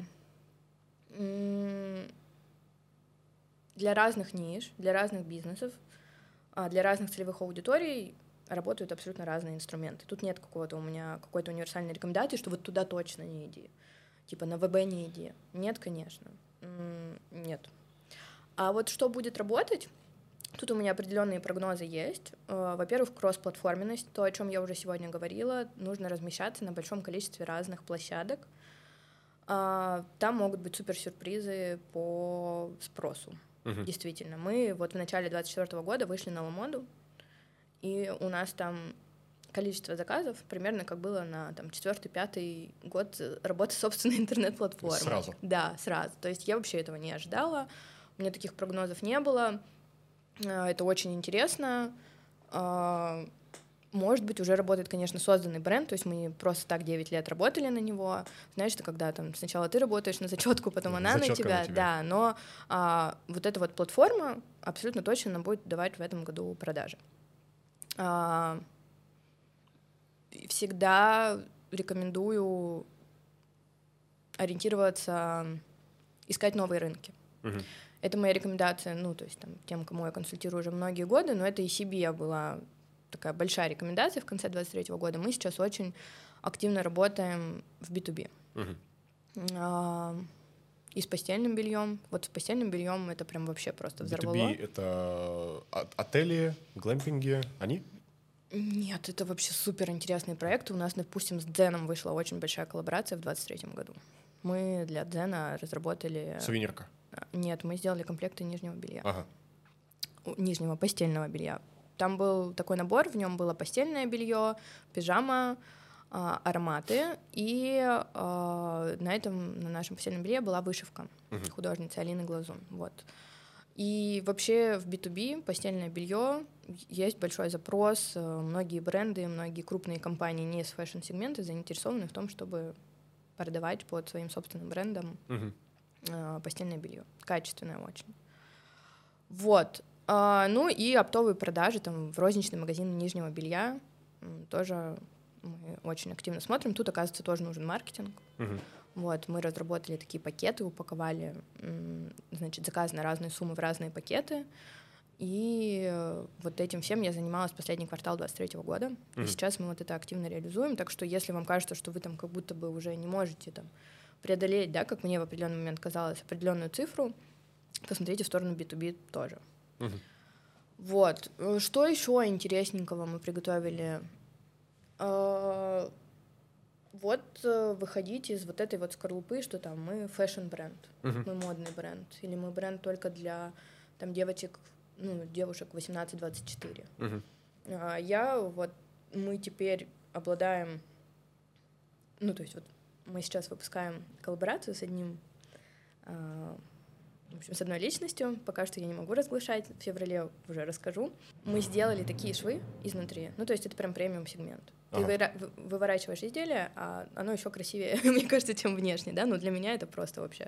для разных ниш, для разных бизнесов, для разных целевых аудиторий работают абсолютно разные инструменты. Тут нет какого-то у меня какой-то универсальной рекомендации, что вот туда точно не иди. Типа на ВБ не иди. Нет, конечно. Нет. А вот что будет работать, тут у меня определенные прогнозы есть. Во-первых, кроссплатформенность, то, о чем я уже сегодня говорила, нужно размещаться на большом количестве разных площадок. Там могут быть суперсюрпризы по спросу. Uh-huh. Действительно. Мы вот в начале двадцать четвёртого года вышли на Ламоду, и у нас там количество заказов примерно как было на там, четвертый-пятый год работы собственной интернет-платформы. Сразу? Да, сразу. То есть я вообще этого не ожидала, у меня таких прогнозов не было. Это очень интересно. Может быть, уже работает, конечно, созданный бренд, то есть мы просто так девять лет работали на него. Знаешь, это когда там сначала ты работаешь на зачетку, потом она на тебя. на тебя. Да, но а, вот эта вот платформа абсолютно точно нам будет давать в этом году продажи. А, всегда рекомендую ориентироваться, искать новые рынки. Uh-huh. Это моя рекомендация, ну, то есть там, тем, кому я консультирую уже многие годы, но это и себе была такая большая рекомендация в конце двадцать третьего года. Мы сейчас очень активно работаем в би ту би. Uh-huh. А, и с постельным бельем. Вот с постельным бельем это прям вообще просто взорвало. би ту би — это отели, глэмпинги, они? Нет, это вообще супер интересный проект. У нас, допустим, с Дзеном вышла очень большая коллаборация в двадцать третьем году. Мы для Дзена разработали... Сувенирка? Нет, мы сделали комплекты нижнего белья. Ага. Нижнего постельного белья. Там был такой набор, в нем было постельное белье, пижама, э, ароматы, и э, на этом, на нашем постельном белье была вышивка uh-huh. художницы Алины Глазун. Вот. И вообще в би ту би постельное белье есть большой запрос, многие бренды, многие крупные компании не из фэшн-сегмента заинтересованы в том, чтобы продавать под своим собственным брендом uh-huh. э, постельное белье, качественное очень. Вот. Uh, ну и оптовые продажи там, в розничный магазин нижнего белья тоже мы очень активно смотрим. Тут, оказывается, тоже нужен маркетинг. Uh-huh. Вот, мы разработали такие пакеты, упаковали, значит, заказ на разные суммы в разные пакеты. И вот этим всем я занималась последний квартал двадцать третьего года. Uh-huh. И сейчас мы вот это активно реализуем. Так что если вам кажется, что вы там как будто бы уже не можете там, преодолеть, да, как мне в определенный момент казалось, определенную цифру, посмотрите в сторону би ту би тоже. Uh-huh. Вот. Что еще интересненького мы приготовили? А, вот выходите из вот этой вот скорлупы, что там мы фэшн-бренд, uh-huh. мы модный бренд, или мы бренд только для там, девочек, ну, девушек восемнадцать двадцать четыре. Uh-huh. А, я вот, мы теперь обладаем, ну, то есть вот мы сейчас выпускаем коллаборацию с одним а, в общем, с одной личностью, пока что я не могу разглашать, в феврале уже расскажу. Мы сделали такие швы изнутри, ну, то есть это прям премиум-сегмент. Ага. Ты выра- выворачиваешь изделие, а оно еще красивее, мне кажется, чем внешне, да, но для меня это просто вообще.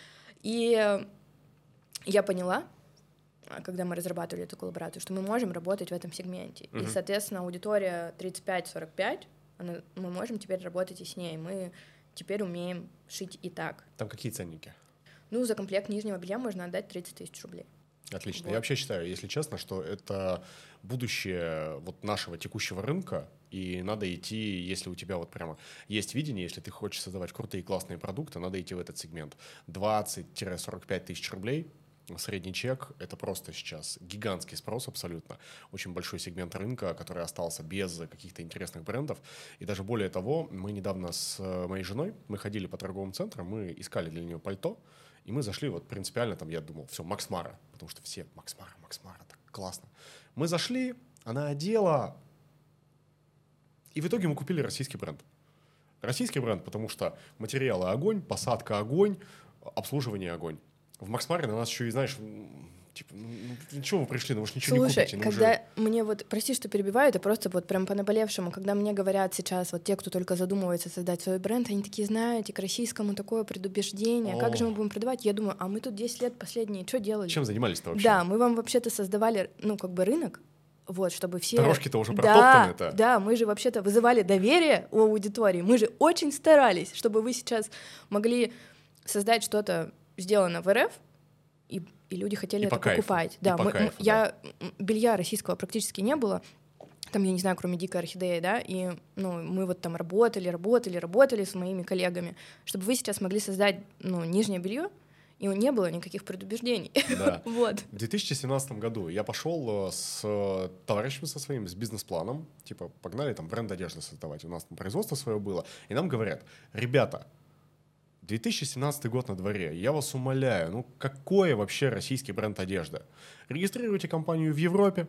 И я поняла, когда мы разрабатывали эту коллаборацию, что мы можем работать в этом сегменте. Uh-huh. И, соответственно, аудитория тридцать пять сорок пять, она, мы можем теперь работать и с ней. Мы теперь умеем шить и так. Там какие ценники? Ну, за комплект нижнего белья можно отдать тридцать тысяч рублей. Отлично. Вот. Я вообще считаю, если честно, что это будущее вот нашего текущего рынка, и надо идти, если у тебя вот прямо есть видение, если ты хочешь создавать крутые и классные продукты, надо идти в этот сегмент. двадцать сорок пять тысяч рублей средний чек — это просто сейчас гигантский спрос абсолютно. Очень большой сегмент рынка, который остался без каких-то интересных брендов. И даже более того, мы недавно с моей женой, мы ходили по торговым центрам, мы искали для нее пальто, и мы зашли вот принципиально, там я думал, все, Макс Мара, потому что все Макс Мара, Макс Мара, так классно. Мы зашли, она одела, и в итоге мы купили российский бренд. Российский бренд, потому что материалы огонь, посадка огонь, обслуживание огонь. В Макс Маре на нас еще и, знаешь, типа, ну чего вы пришли, ну вы же ничего Слушай, не купите. Ну, когда уже... мне вот, прости, что перебиваю, это просто вот прям по наболевшему, когда мне говорят сейчас, вот те, кто только задумывается создать свой бренд, они такие, знаете, к российскому такое предубеждение, О. как же мы будем продавать? Я думаю, а мы тут десять лет последние, что делали? Чем занимались-то вообще? Да, мы вам вообще-то создавали, ну, как бы рынок, вот, чтобы все... Дорожки-то уже протоптаны. Да, да, мы же вообще-то вызывали доверие у аудитории, мы же очень старались, чтобы вы сейчас могли создать что-то, сделано в эр эф, и, и люди хотели и это по кайфу. покупать. И да, по мы, кайфу, я, да. Белья российского практически не было, там, я не знаю, кроме «Дикой орхидеи», да, и ну, мы вот там работали, работали, работали с моими коллегами, чтобы вы сейчас могли создать, ну, нижнее белье, и не было никаких предубеждений. Да. Вот. В две тысячи семнадцатом году я пошел с товарищем со своим, с бизнес-планом, типа, погнали там бренд одежды создавать, у нас там производство свое было, и нам говорят, ребята, две тысячи семнадцатый год на дворе, я вас умоляю, ну какой вообще российский бренд одежды? Регистрируйте компанию в Европе,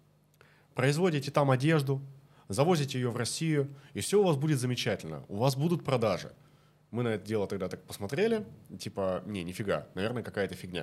производите там одежду, завозите ее в Россию, и все у вас будет замечательно, у вас будут продажи. Мы на это дело тогда так посмотрели, типа, не, нифига, наверное, какая-то фигня.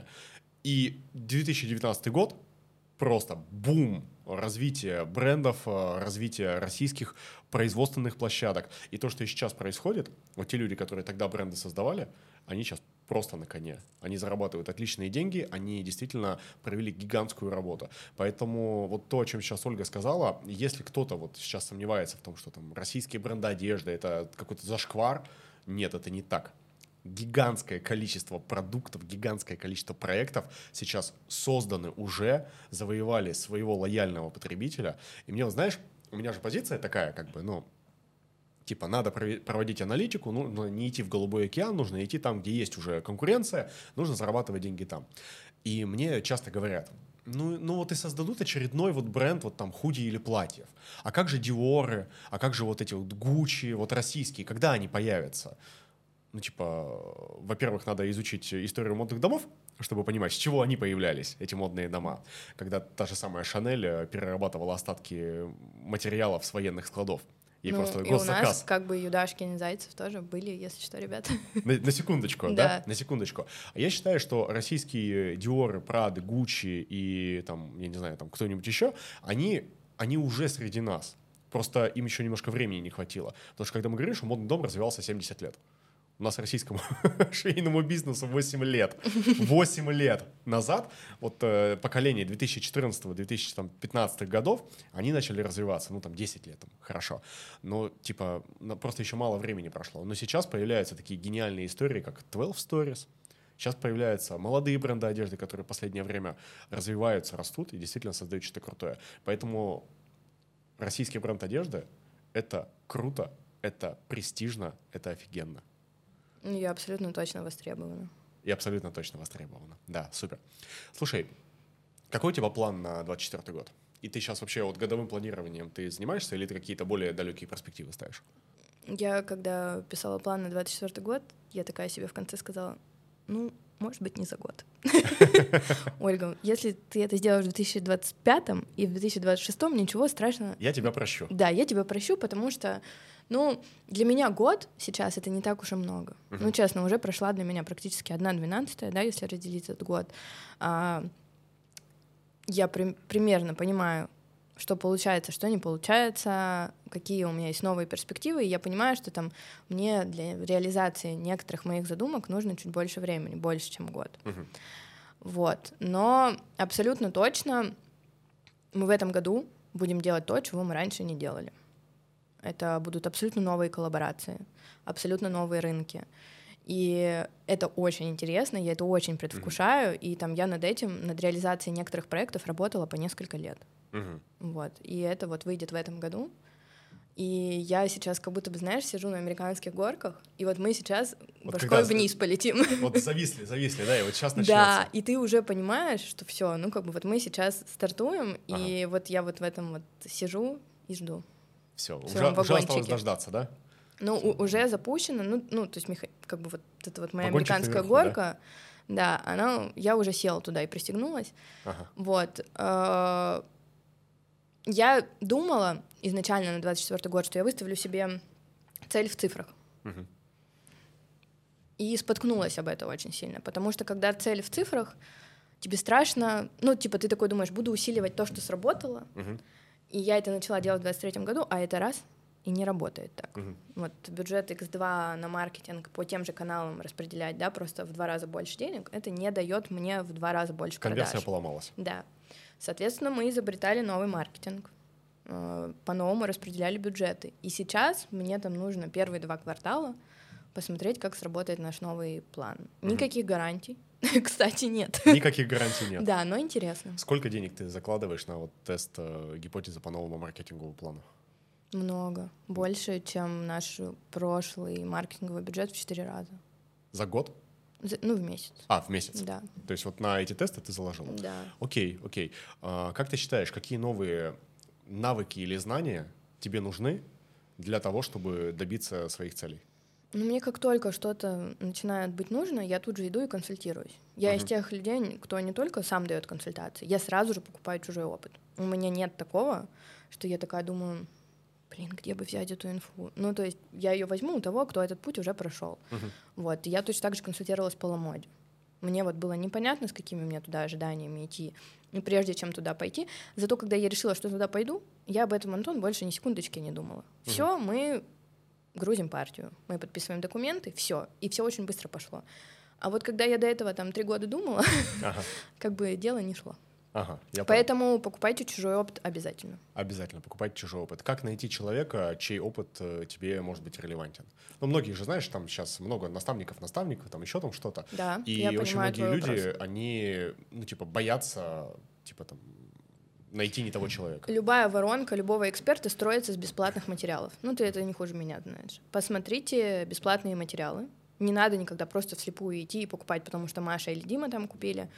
И две тысячи девятнадцатый год просто бум развития брендов, развития российских производственных площадок. И то, что и сейчас происходит, вот те люди, которые тогда бренды создавали, они сейчас просто на коне. Они зарабатывают отличные деньги, они действительно провели гигантскую работу. Поэтому вот то, о чем сейчас Ольга сказала, если кто-то вот сейчас сомневается в том, что там российские бренды одежды — это какой-то зашквар, нет, это не так. Гигантское количество продуктов, гигантское количество проектов сейчас созданы уже, завоевали своего лояльного потребителя. И мне, вот, знаешь, у меня же позиция такая, как бы, ну, типа, надо проводить аналитику, нужно не идти в голубой океан, нужно идти там, где есть уже конкуренция, нужно зарабатывать деньги там. И мне часто говорят, ну, ну вот и создадут очередной вот бренд вот там худи или платьев. А как же Диоры, а как же вот эти вот Гуччи, вот российские, когда они появятся? Ну, типа, во-первых, надо изучить историю модных домов, чтобы понимать, с чего они появлялись, эти модные дома. Когда та же самая Шанель перерабатывала остатки материалов с военных складов. Ей ну, просто и госзаказ. У нас как бы Юдашкин и Зайцев тоже были, если что, ребята. На, на секундочку, да. да? На секундочку. Я счаю, что российские Диоры, Прады, Гуччи и там, я не знаю, там кто-нибудь еще, они, они уже среди нас. Просто им еще немножко времени не хватило. Потому что когда мы говорим, что модный дом развивался семьдесят лет. У нас российскому швейному бизнесу восемь лет. восемь лет назад, вот э, поколение две тысячи четырнадцатого - две тысячи пятнадцатого годов, они начали развиваться, ну там десять лет, там, хорошо. Но типа ну, просто еще мало времени прошло. Но сейчас появляются такие гениальные истории, как двенадцать Stories. Сейчас появляются молодые бренды одежды, которые в последнее время развиваются, растут и действительно создают что-то крутое. Поэтому российский бренд одежды — это круто, это престижно, это офигенно. Я абсолютно точно востребована. И абсолютно точно востребована. Да, супер. Слушай, какой у тебя план на двадцать четвёртый год? И ты сейчас вообще вот годовым планированием ты занимаешься или ты какие-то более далекие перспективы ставишь? Я, когда писала план на двадцать четвёртый год, я такая себе в конце сказала, ну, может быть, не за год. Ольга, если ты это сделаешь в две тысячи двадцать пятом и в две тысячи двадцать шестом, ничего страшного. Я тебя прощу. Да, я тебя прощу, потому что, ну, для меня год сейчас — это не так уж и много. Uh-huh. Ну, честно, уже прошла для меня практически одна двенадцатая, да, если разделить этот год. А, я при- примерно понимаю, что получается, что не получается, какие у меня есть новые перспективы, и я понимаю, что там мне для реализации некоторых моих задумок нужно чуть больше времени, больше, чем год. Uh-huh. Вот. Но абсолютно точно мы в этом году будем делать то, чего мы раньше не делали. Это будут абсолютно новые коллаборации, абсолютно новые рынки. И это очень интересно, я это очень предвкушаю, uh-huh. и там я над этим, над реализацией некоторых проектов работала по несколько лет. Uh-huh. Вот. И это вот выйдет в этом году. И я сейчас как будто бы, знаешь, сижу на американских горках, и вот мы сейчас вот башкой вниз полетим. Вот зависли, зависли, да, и вот сейчас начнется. Да, и ты уже понимаешь, что все, ну как бы вот мы сейчас стартуем, ага. и вот я вот в этом вот сижу и жду. Все, уже, уже осталось дождаться, да? Ну, у, уже запущено, ну, ну, то есть как бы вот эта вот моя вагончик американская наверху, горка, да? да, она, я уже села туда и пристегнулась, ага. вот. Э- я думала изначально на двадцать четвёртый год, что я выставлю себе цель в цифрах. Угу. И споткнулась об этом очень сильно, потому что когда цель в цифрах, тебе страшно, ну, типа, ты такой думаешь, буду усиливать то, что сработало, угу. и я это начала делать в двадцать третьем году, а это раз, и не работает так. Угу. Вот бюджет икс два на маркетинг по тем же каналам распределять, да, просто в два раза больше денег, это не дает мне в два раза больше Конверсия продаж. поломалась. Да. Соответственно, мы изобретали новый маркетинг, по-новому распределяли бюджеты. И сейчас мне там нужно первые два квартала посмотреть, как сработает наш новый план. Никаких mm-hmm. гарантий, кстати, нет. Никаких гарантий нет. Да, но интересно. Сколько денег ты закладываешь на вот тест э, гипотезы по новому маркетинговому плану? Много. Больше, чем наш прошлый маркетинговый бюджет в четыре раза. За год? За, ну, в месяц. А, в месяц? Да. То есть вот на эти тесты ты заложила? Да. Окей, окей. А, как ты считаешь, какие новые навыки или знания тебе нужны для того, чтобы добиться своих целей? Ну, мне как только что-то начинает быть нужно, я тут же иду и консультируюсь. Я uh-huh. из тех людей, кто не только сам дает консультации, я сразу же покупаю чужой опыт. У меня нет такого, что я такая думаю, блин, где бы взять эту инфу? Ну, то есть я ее возьму у того, кто этот путь уже прошел. Uh-huh. Вот. И я точно так же консультировалась по Ламоде. Мне вот было непонятно, с какими мне туда ожиданиями идти, и прежде чем туда пойти. Зато когда я решила, что туда пойду, я об этом, Антон, больше ни секундочки не думала. Uh-huh. Все, мы грузим партию, мы подписываем документы, все, и все очень быстро пошло. А вот когда я до этого там три года думала, ага. как бы дело не шло. Ага, я Поэтому понял. Покупайте чужой опыт обязательно. Обязательно покупайте чужой опыт. Как найти человека, чей опыт тебе может быть релевантен? Ну, многие же, знаешь, там сейчас много наставников, наставников, там еще там что-то. Да, и я очень понимаю многие люди, вопрос. они, ну, типа, боятся, типа, там, найти не того человека. Любая воронка любого эксперта строится с бесплатных материалов. Ну, ты это не хуже меня знаешь. Посмотрите бесплатные материалы. Не надо никогда просто вслепую идти и покупать, потому что Маша или Дима там купили.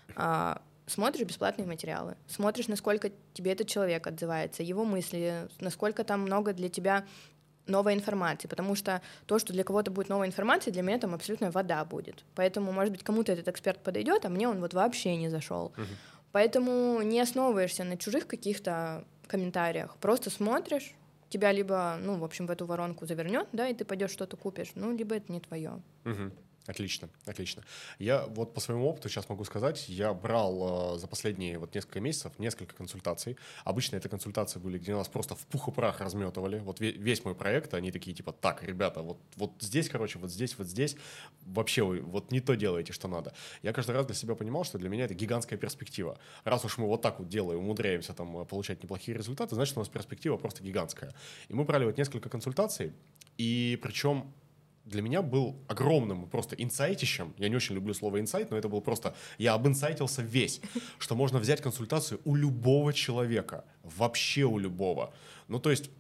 А, смотришь бесплатные материалы. Смотришь, насколько тебе этот человек отзывается, его мысли, насколько там много для тебя новой информации. Потому что то, что для кого-то будет новой информацией, для меня там абсолютно вода будет. Поэтому, может быть, кому-то этот эксперт подойдет, а мне он вот вообще не зашел. Uh-huh. Поэтому не основываешься на чужих каких-то комментариях, просто смотришь, тебя либо, ну, в общем, в эту воронку завернет, да, и ты пойдешь что-то купишь, ну, либо это не твое. Угу. Отлично, отлично. Я вот по своему опыту сейчас могу сказать, я брал э, за последние вот несколько месяцев несколько консультаций. Обычно это консультации были, где нас просто в пух и прах разметывали. Вот ве- весь мой проект, они такие типа, так, ребята, вот, вот здесь, короче, вот здесь, вот здесь, вообще вы вот не то делаете, что надо. Я каждый раз для себя понимал, что для меня это гигантская перспектива. Раз уж мы вот так вот делаем, умудряемся там получать неплохие результаты, значит, у нас перспектива просто гигантская. И мы брали вот несколько консультаций, и причем для меня был огромным просто инсайтищем. Я не очень люблю слово инсайт, но это был просто... Я обинсайтился весь, что можно взять консультацию у любого человека. Вообще у любого. Ну, то есть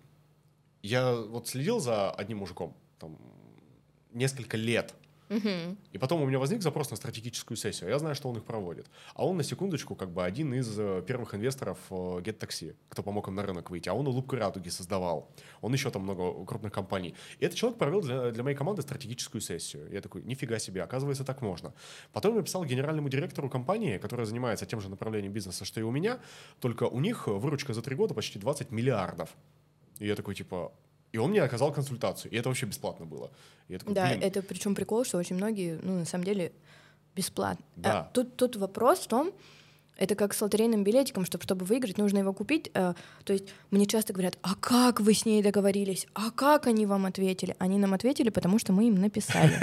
я вот следил за одним мужиком там, несколько лет. Uh-huh. И потом у меня возник запрос на стратегическую сессию. Я знаю, что он их проводит. А он, на секундочку, как бы один из первых инвесторов GetTaxi, кто помог им на рынок выйти. А он и Лупку Радуги создавал. Он еще там много крупных компаний. И этот человек провел для, для моей команды стратегическую сессию. Я такой, нифига себе, оказывается, так можно. Потом я написал генеральному директору компании, которая занимается тем же направлением бизнеса, что и у меня, только у них выручка за три года почти двадцать миллиардов. И я такой, типа... И он мне оказал консультацию, и это вообще бесплатно было. И я такой, да, блин. это причем прикол, что очень многие, ну, на самом деле, бесплатно. Да. А, тут, тут вопрос в том, это как с лотерейным билетиком, чтобы, чтобы выиграть, нужно его купить. А, то есть мне часто говорят, а как вы с ней договорились? А как они вам ответили? Они нам ответили, потому что мы им написали.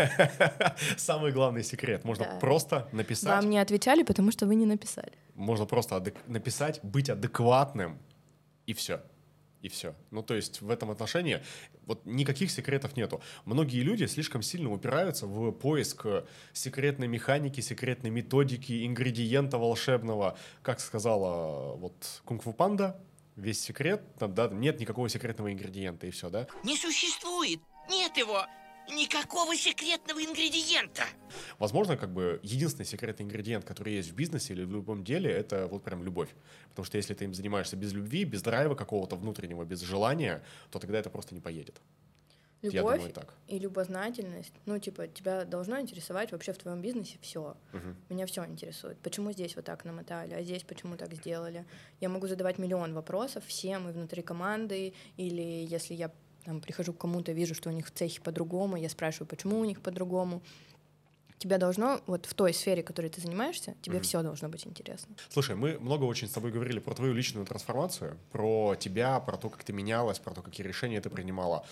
Самый главный секрет. Можно да. просто написать. Вам не отвечали, потому что вы не написали. Можно просто адек- написать, быть адекватным, и все. И все. Ну, то есть в этом отношении вот никаких секретов нету. Многие люди слишком сильно упираются в поиск секретной механики, секретной методики, ингредиента волшебного. Как сказала вот Кунг-фу Панда, весь секрет, там, да, нет никакого секретного ингредиента, и все, да? Не существует, нет его, никакого секретного ингредиента. Возможно, как бы единственный секретный ингредиент, который есть в бизнесе или в любом деле, это вот прям любовь. Потому что если ты им занимаешься без любви, без драйва какого-то внутреннего, без желания, то тогда это просто не поедет. Любовь Я думаю, так. И любознательность. Ну, типа, тебя должно интересовать вообще в твоем бизнесе все. Угу. Меня все интересует. Почему здесь вот так намотали, а здесь почему так сделали? Я могу задавать миллион вопросов всем и внутри команды, или если я там прихожу к кому-то, вижу, что у них в цехе по-другому, я спрашиваю, почему у них по-другому. Тебя должно, вот в той сфере, которой ты занимаешься, тебе mm-hmm. все должно быть интересно. Слушай, мы много очень с тобой говорили про твою личную трансформацию, про тебя, про то, как ты менялась, про то, какие решения ты принимала.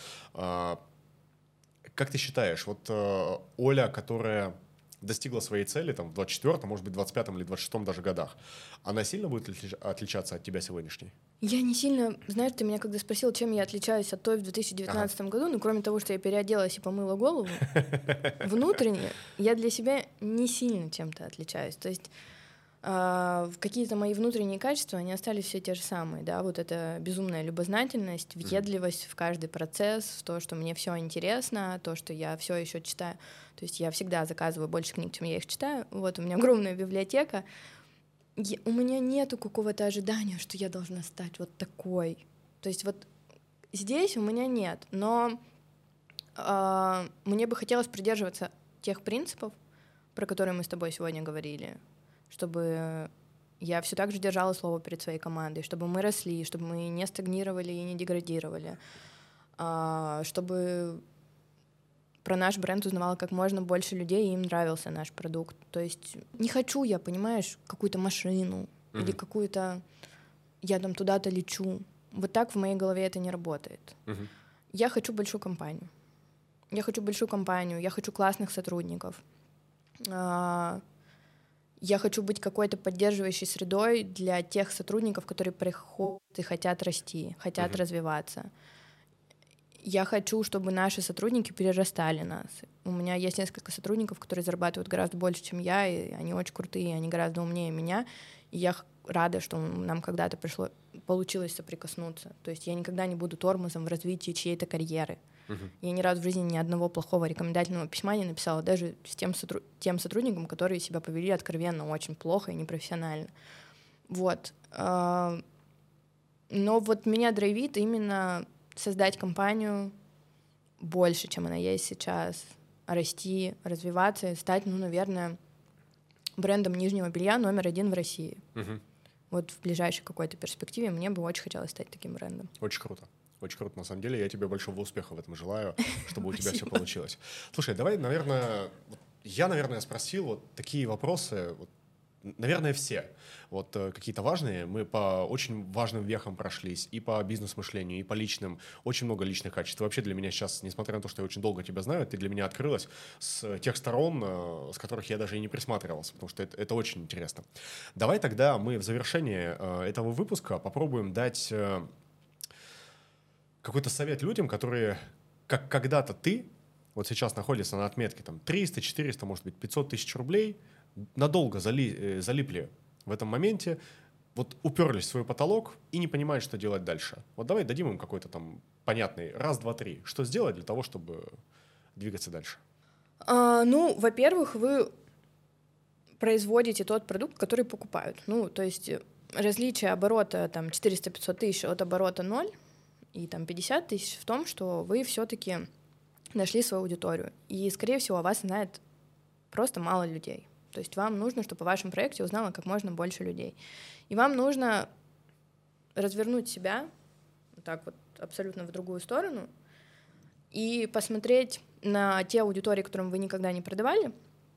Как ты считаешь, вот Оля, которая достигла своей цели там, в двадцать четвёртом, может быть, двадцать пятом или двадцать шестом даже годах, она сильно будет отличаться от тебя сегодняшней? Я не сильно... Знаешь, ты меня когда спросил, чем я отличаюсь от той в две тысячи девятнадцатом ага. году, ну, кроме того, что я переоделась и помыла голову, внутренне я для себя не сильно чем-то отличаюсь. То есть э, какие-то мои внутренние качества, они остались все те же самые, да, вот эта безумная любознательность, въедливость в каждый процесс, в то, что мне все интересно, то, что я все еще читаю. То есть я всегда заказываю больше книг, чем я их читаю. Вот у меня огромная библиотека. Я, у меня нету какого-то ожидания, что я должна стать вот такой. То есть вот здесь у меня нет. Но э, мне бы хотелось придерживаться тех принципов, про которые мы с тобой сегодня говорили, чтобы я все так же держала слово перед своей командой, чтобы мы росли, чтобы мы не стагнировали и не деградировали, э, чтобы про наш бренд узнавало как можно больше людей, и им нравился наш продукт. То есть не хочу я, понимаешь, какую-то машину mm-hmm. или какую-то... Я там туда-то лечу. Вот так в моей голове это не работает. Mm-hmm. Я хочу большую компанию. Я хочу большую компанию, я хочу классных сотрудников. Я хочу быть какой-то поддерживающей средой для тех сотрудников, которые приходят и хотят расти, хотят mm-hmm. развиваться. Я хочу, чтобы наши сотрудники перерастали нас. У меня есть несколько сотрудников, которые зарабатывают гораздо больше, чем я, и они очень крутые, они гораздо умнее меня. И я рада, что нам когда-то пришло, получилось соприкоснуться. То есть я никогда не буду тормозом в развитии чьей-то карьеры. Uh-huh. Я ни разу в жизни ни одного плохого рекомендательного письма не написала, даже с тем, сотру- тем сотрудникам, которые себя повели откровенно очень плохо и непрофессионально. Вот. Но вот меня драйвит именно создать компанию больше, чем она есть сейчас, расти, развиваться, стать, ну, наверное, брендом нижнего белья номер один в России. Uh-huh. Вот в ближайшей какой-то перспективе мне бы очень хотелось стать таким брендом. Очень круто. Очень круто, на самом деле. Я тебе большого успеха в этом желаю, чтобы у тебя все получилось. Слушай, давай, наверное, я, наверное, спросил вот такие вопросы, вот, наверное, все. Вот э, какие-то важные. Мы по очень важным вехам прошлись. И по бизнес-мышлению, и по личным. Очень много личных качеств. И вообще для меня сейчас, несмотря на то, что я очень долго тебя знаю, ты для меня открылась с тех сторон, э, с которых я даже и не присматривался, потому что это, это очень интересно. Давай тогда мы в завершении э, этого выпуска попробуем дать э, какой-то совет людям, которые, как когда-то ты, вот сейчас находишься на отметке там триста, четыреста, может быть, пятьсот тысяч рублей, надолго зали, э, залипли в этом моменте, вот уперлись в свой потолок и не понимают, что делать дальше. Вот давай дадим им какой-то там понятный раз, два, три. Что сделать для того, чтобы двигаться дальше? А, ну, во-первых, вы производите тот продукт, который покупают. Ну, то есть различие оборота там четыреста-пятьсот тысяч от оборота ноль и там пятьдесят тысяч в том, что вы все-таки нашли свою аудиторию. И, скорее всего, о вас знает просто мало людей. То есть вам нужно, чтобы о вашем проекте узнало как можно больше людей. И вам нужно развернуть себя вот так вот абсолютно в другую сторону и посмотреть на те аудитории, которым вы никогда не продавали,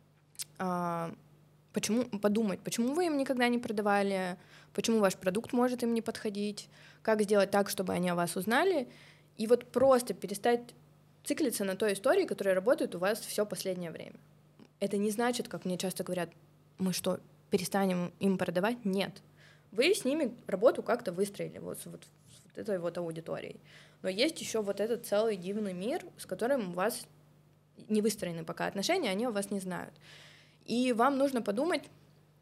почему, подумать, почему вы им никогда не продавали, почему ваш продукт может им не подходить, как сделать так, чтобы они о вас узнали, и вот просто перестать циклиться на той истории, которая работает у вас все последнее время. Это не значит, как мне часто говорят, мы что, перестанем им продавать? Нет. Вы с ними работу как-то выстроили, вот с вот, вот этой вот аудиторией. Но есть еще вот этот целый дивный мир, с которым у вас не выстроены пока отношения, они о вас не знают. И вам нужно подумать,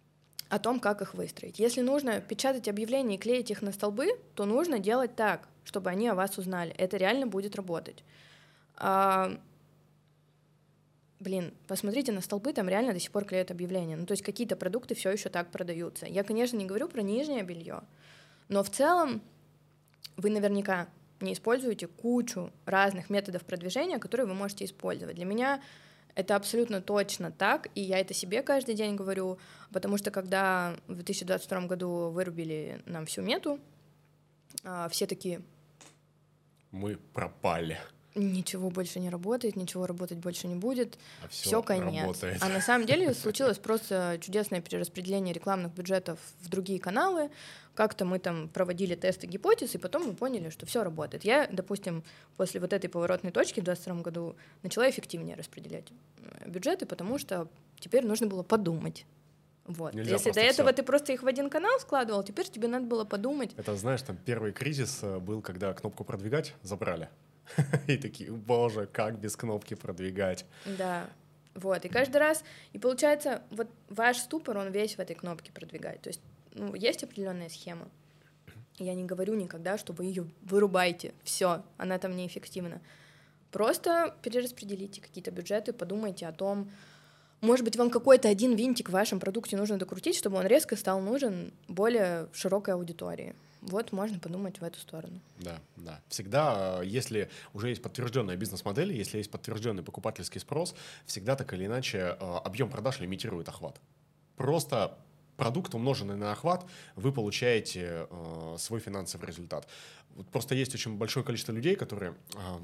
о том, как их выстроить. Если нужно печатать объявления и клеить их на столбы, то нужно делать так, чтобы они о вас узнали. Это реально будет работать. А, блин, посмотрите на столбы, там реально до сих пор клеят объявления. Ну, то есть какие-то продукты все еще так продаются. Я, конечно, не говорю про нижнее белье, но в целом вы наверняка не используете кучу разных методов продвижения, которые вы можете использовать. Для меня это абсолютно точно так, и я это себе каждый день говорю, потому что когда в две тысячи двадцать втором году вырубили нам всю мету, все такие... Мы пропали. Ничего больше не работает, ничего работать больше не будет, а все, все конец. Работает. А на самом деле случилось просто чудесное перераспределение рекламных бюджетов в другие каналы. Как-то мы там проводили тесты гипотез, и потом мы поняли, что все работает. Я, допустим, после вот этой поворотной точки в двадцать втором году начала эффективнее распределять бюджеты, потому что теперь нужно было подумать. Вот. Если до этого всё. Ты просто их в один канал складывал, теперь тебе надо было подумать. Это, знаешь, там первый кризис был, когда кнопку продвигать забрали. И такие, боже, как без кнопки продвигать. Да, вот, и каждый раз, и получается, вот ваш ступор, он весь в этой кнопке продвигать, то есть, ну, есть определенная схема, я не говорю никогда, что вы ее вырубаете, все, она там неэффективна, просто перераспределите какие-то бюджеты, подумайте о том, может быть, вам какой-то один винтик в вашем продукте нужно докрутить, чтобы он резко стал нужен более широкой аудитории. Вот можно подумать в эту сторону. Да, да. Всегда, если уже есть подтвержденная бизнес-модель, если есть подтвержденный покупательский спрос, всегда так или иначе объем продаж лимитирует охват. Просто продукт, умноженный на охват, вы получаете э, свой финансовый результат. Вот просто есть очень большое количество людей, которые... Э,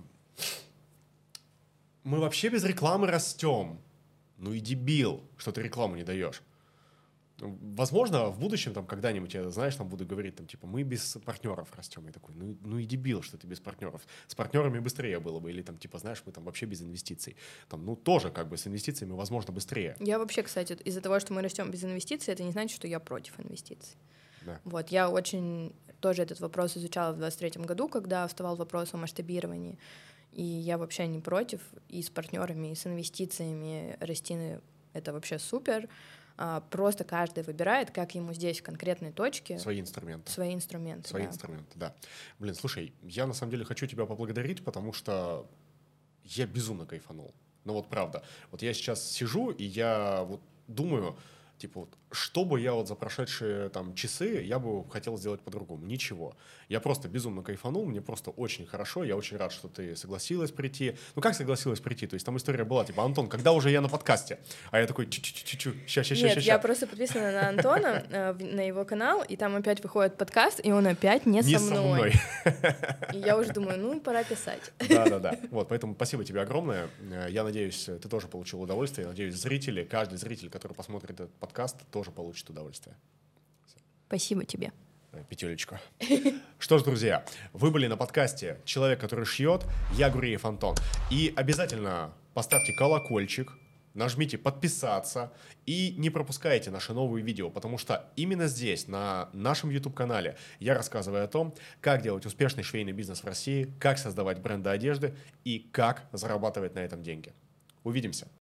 мы вообще без рекламы растем. Ну и дебил, что ты рекламу не даешь. Возможно, в будущем, там, когда-нибудь, я, знаешь, там буду говорить, там, типа, мы без партнеров растем. И такой, ну, ну и дебил, что ты без партнеров. С партнерами быстрее было бы. Или, там, типа, знаешь, мы там вообще без инвестиций. Там, ну, тоже, как бы, с инвестициями, возможно, быстрее. Я вообще, кстати, из-за того, что мы растем без инвестиций, это не значит, что я против инвестиций. Да. Вот, я очень тоже этот вопрос изучала в двадцать третьем году, когда вставал вопрос о масштабировании. И я вообще не против. И с партнерами, и с инвестициями расти — это вообще супер. Просто каждый выбирает, как ему здесь в конкретной точке... Свои инструменты. Свои инструменты, Свои да. инструменты, да. Блин, слушай, я на самом деле хочу тебя поблагодарить, потому что я безумно кайфанул. Ну вот правда. Вот я сейчас сижу, и я вот думаю, типа, вот, что бы я вот за прошедшие там часы, я бы хотел сделать по-другому. Ничего. Я просто безумно кайфанул, мне просто очень хорошо, я очень рад, что ты согласилась прийти. Ну как согласилась прийти? То есть там история была, типа, Антон, когда уже я на подкасте? А я такой, чу-чу-чу-чу, ща, ща, ща, Нет, ща. я просто подписана на Антона, на его канал, и там опять выходит подкаст, и он опять не со мной. И я уже думаю, ну, пора писать. Да-да-да. Вот, поэтому спасибо тебе огромное. Я надеюсь, ты тоже получил удовольствие. Я надеюсь, зрители, каждый зритель, который посмотрит этот подкаст, тоже получит удовольствие. Спасибо тебе. Пятюлечку. Что ж, друзья, вы были на подкасте «Человек, который шьет». Я Гуреев Антон. И обязательно поставьте колокольчик, нажмите подписаться и не пропускайте наши новые видео, потому что именно здесь, на нашем YouTube-канале, я рассказываю о том, как делать успешный швейный бизнес в России, как создавать бренды одежды и как зарабатывать на этом деньги. Увидимся.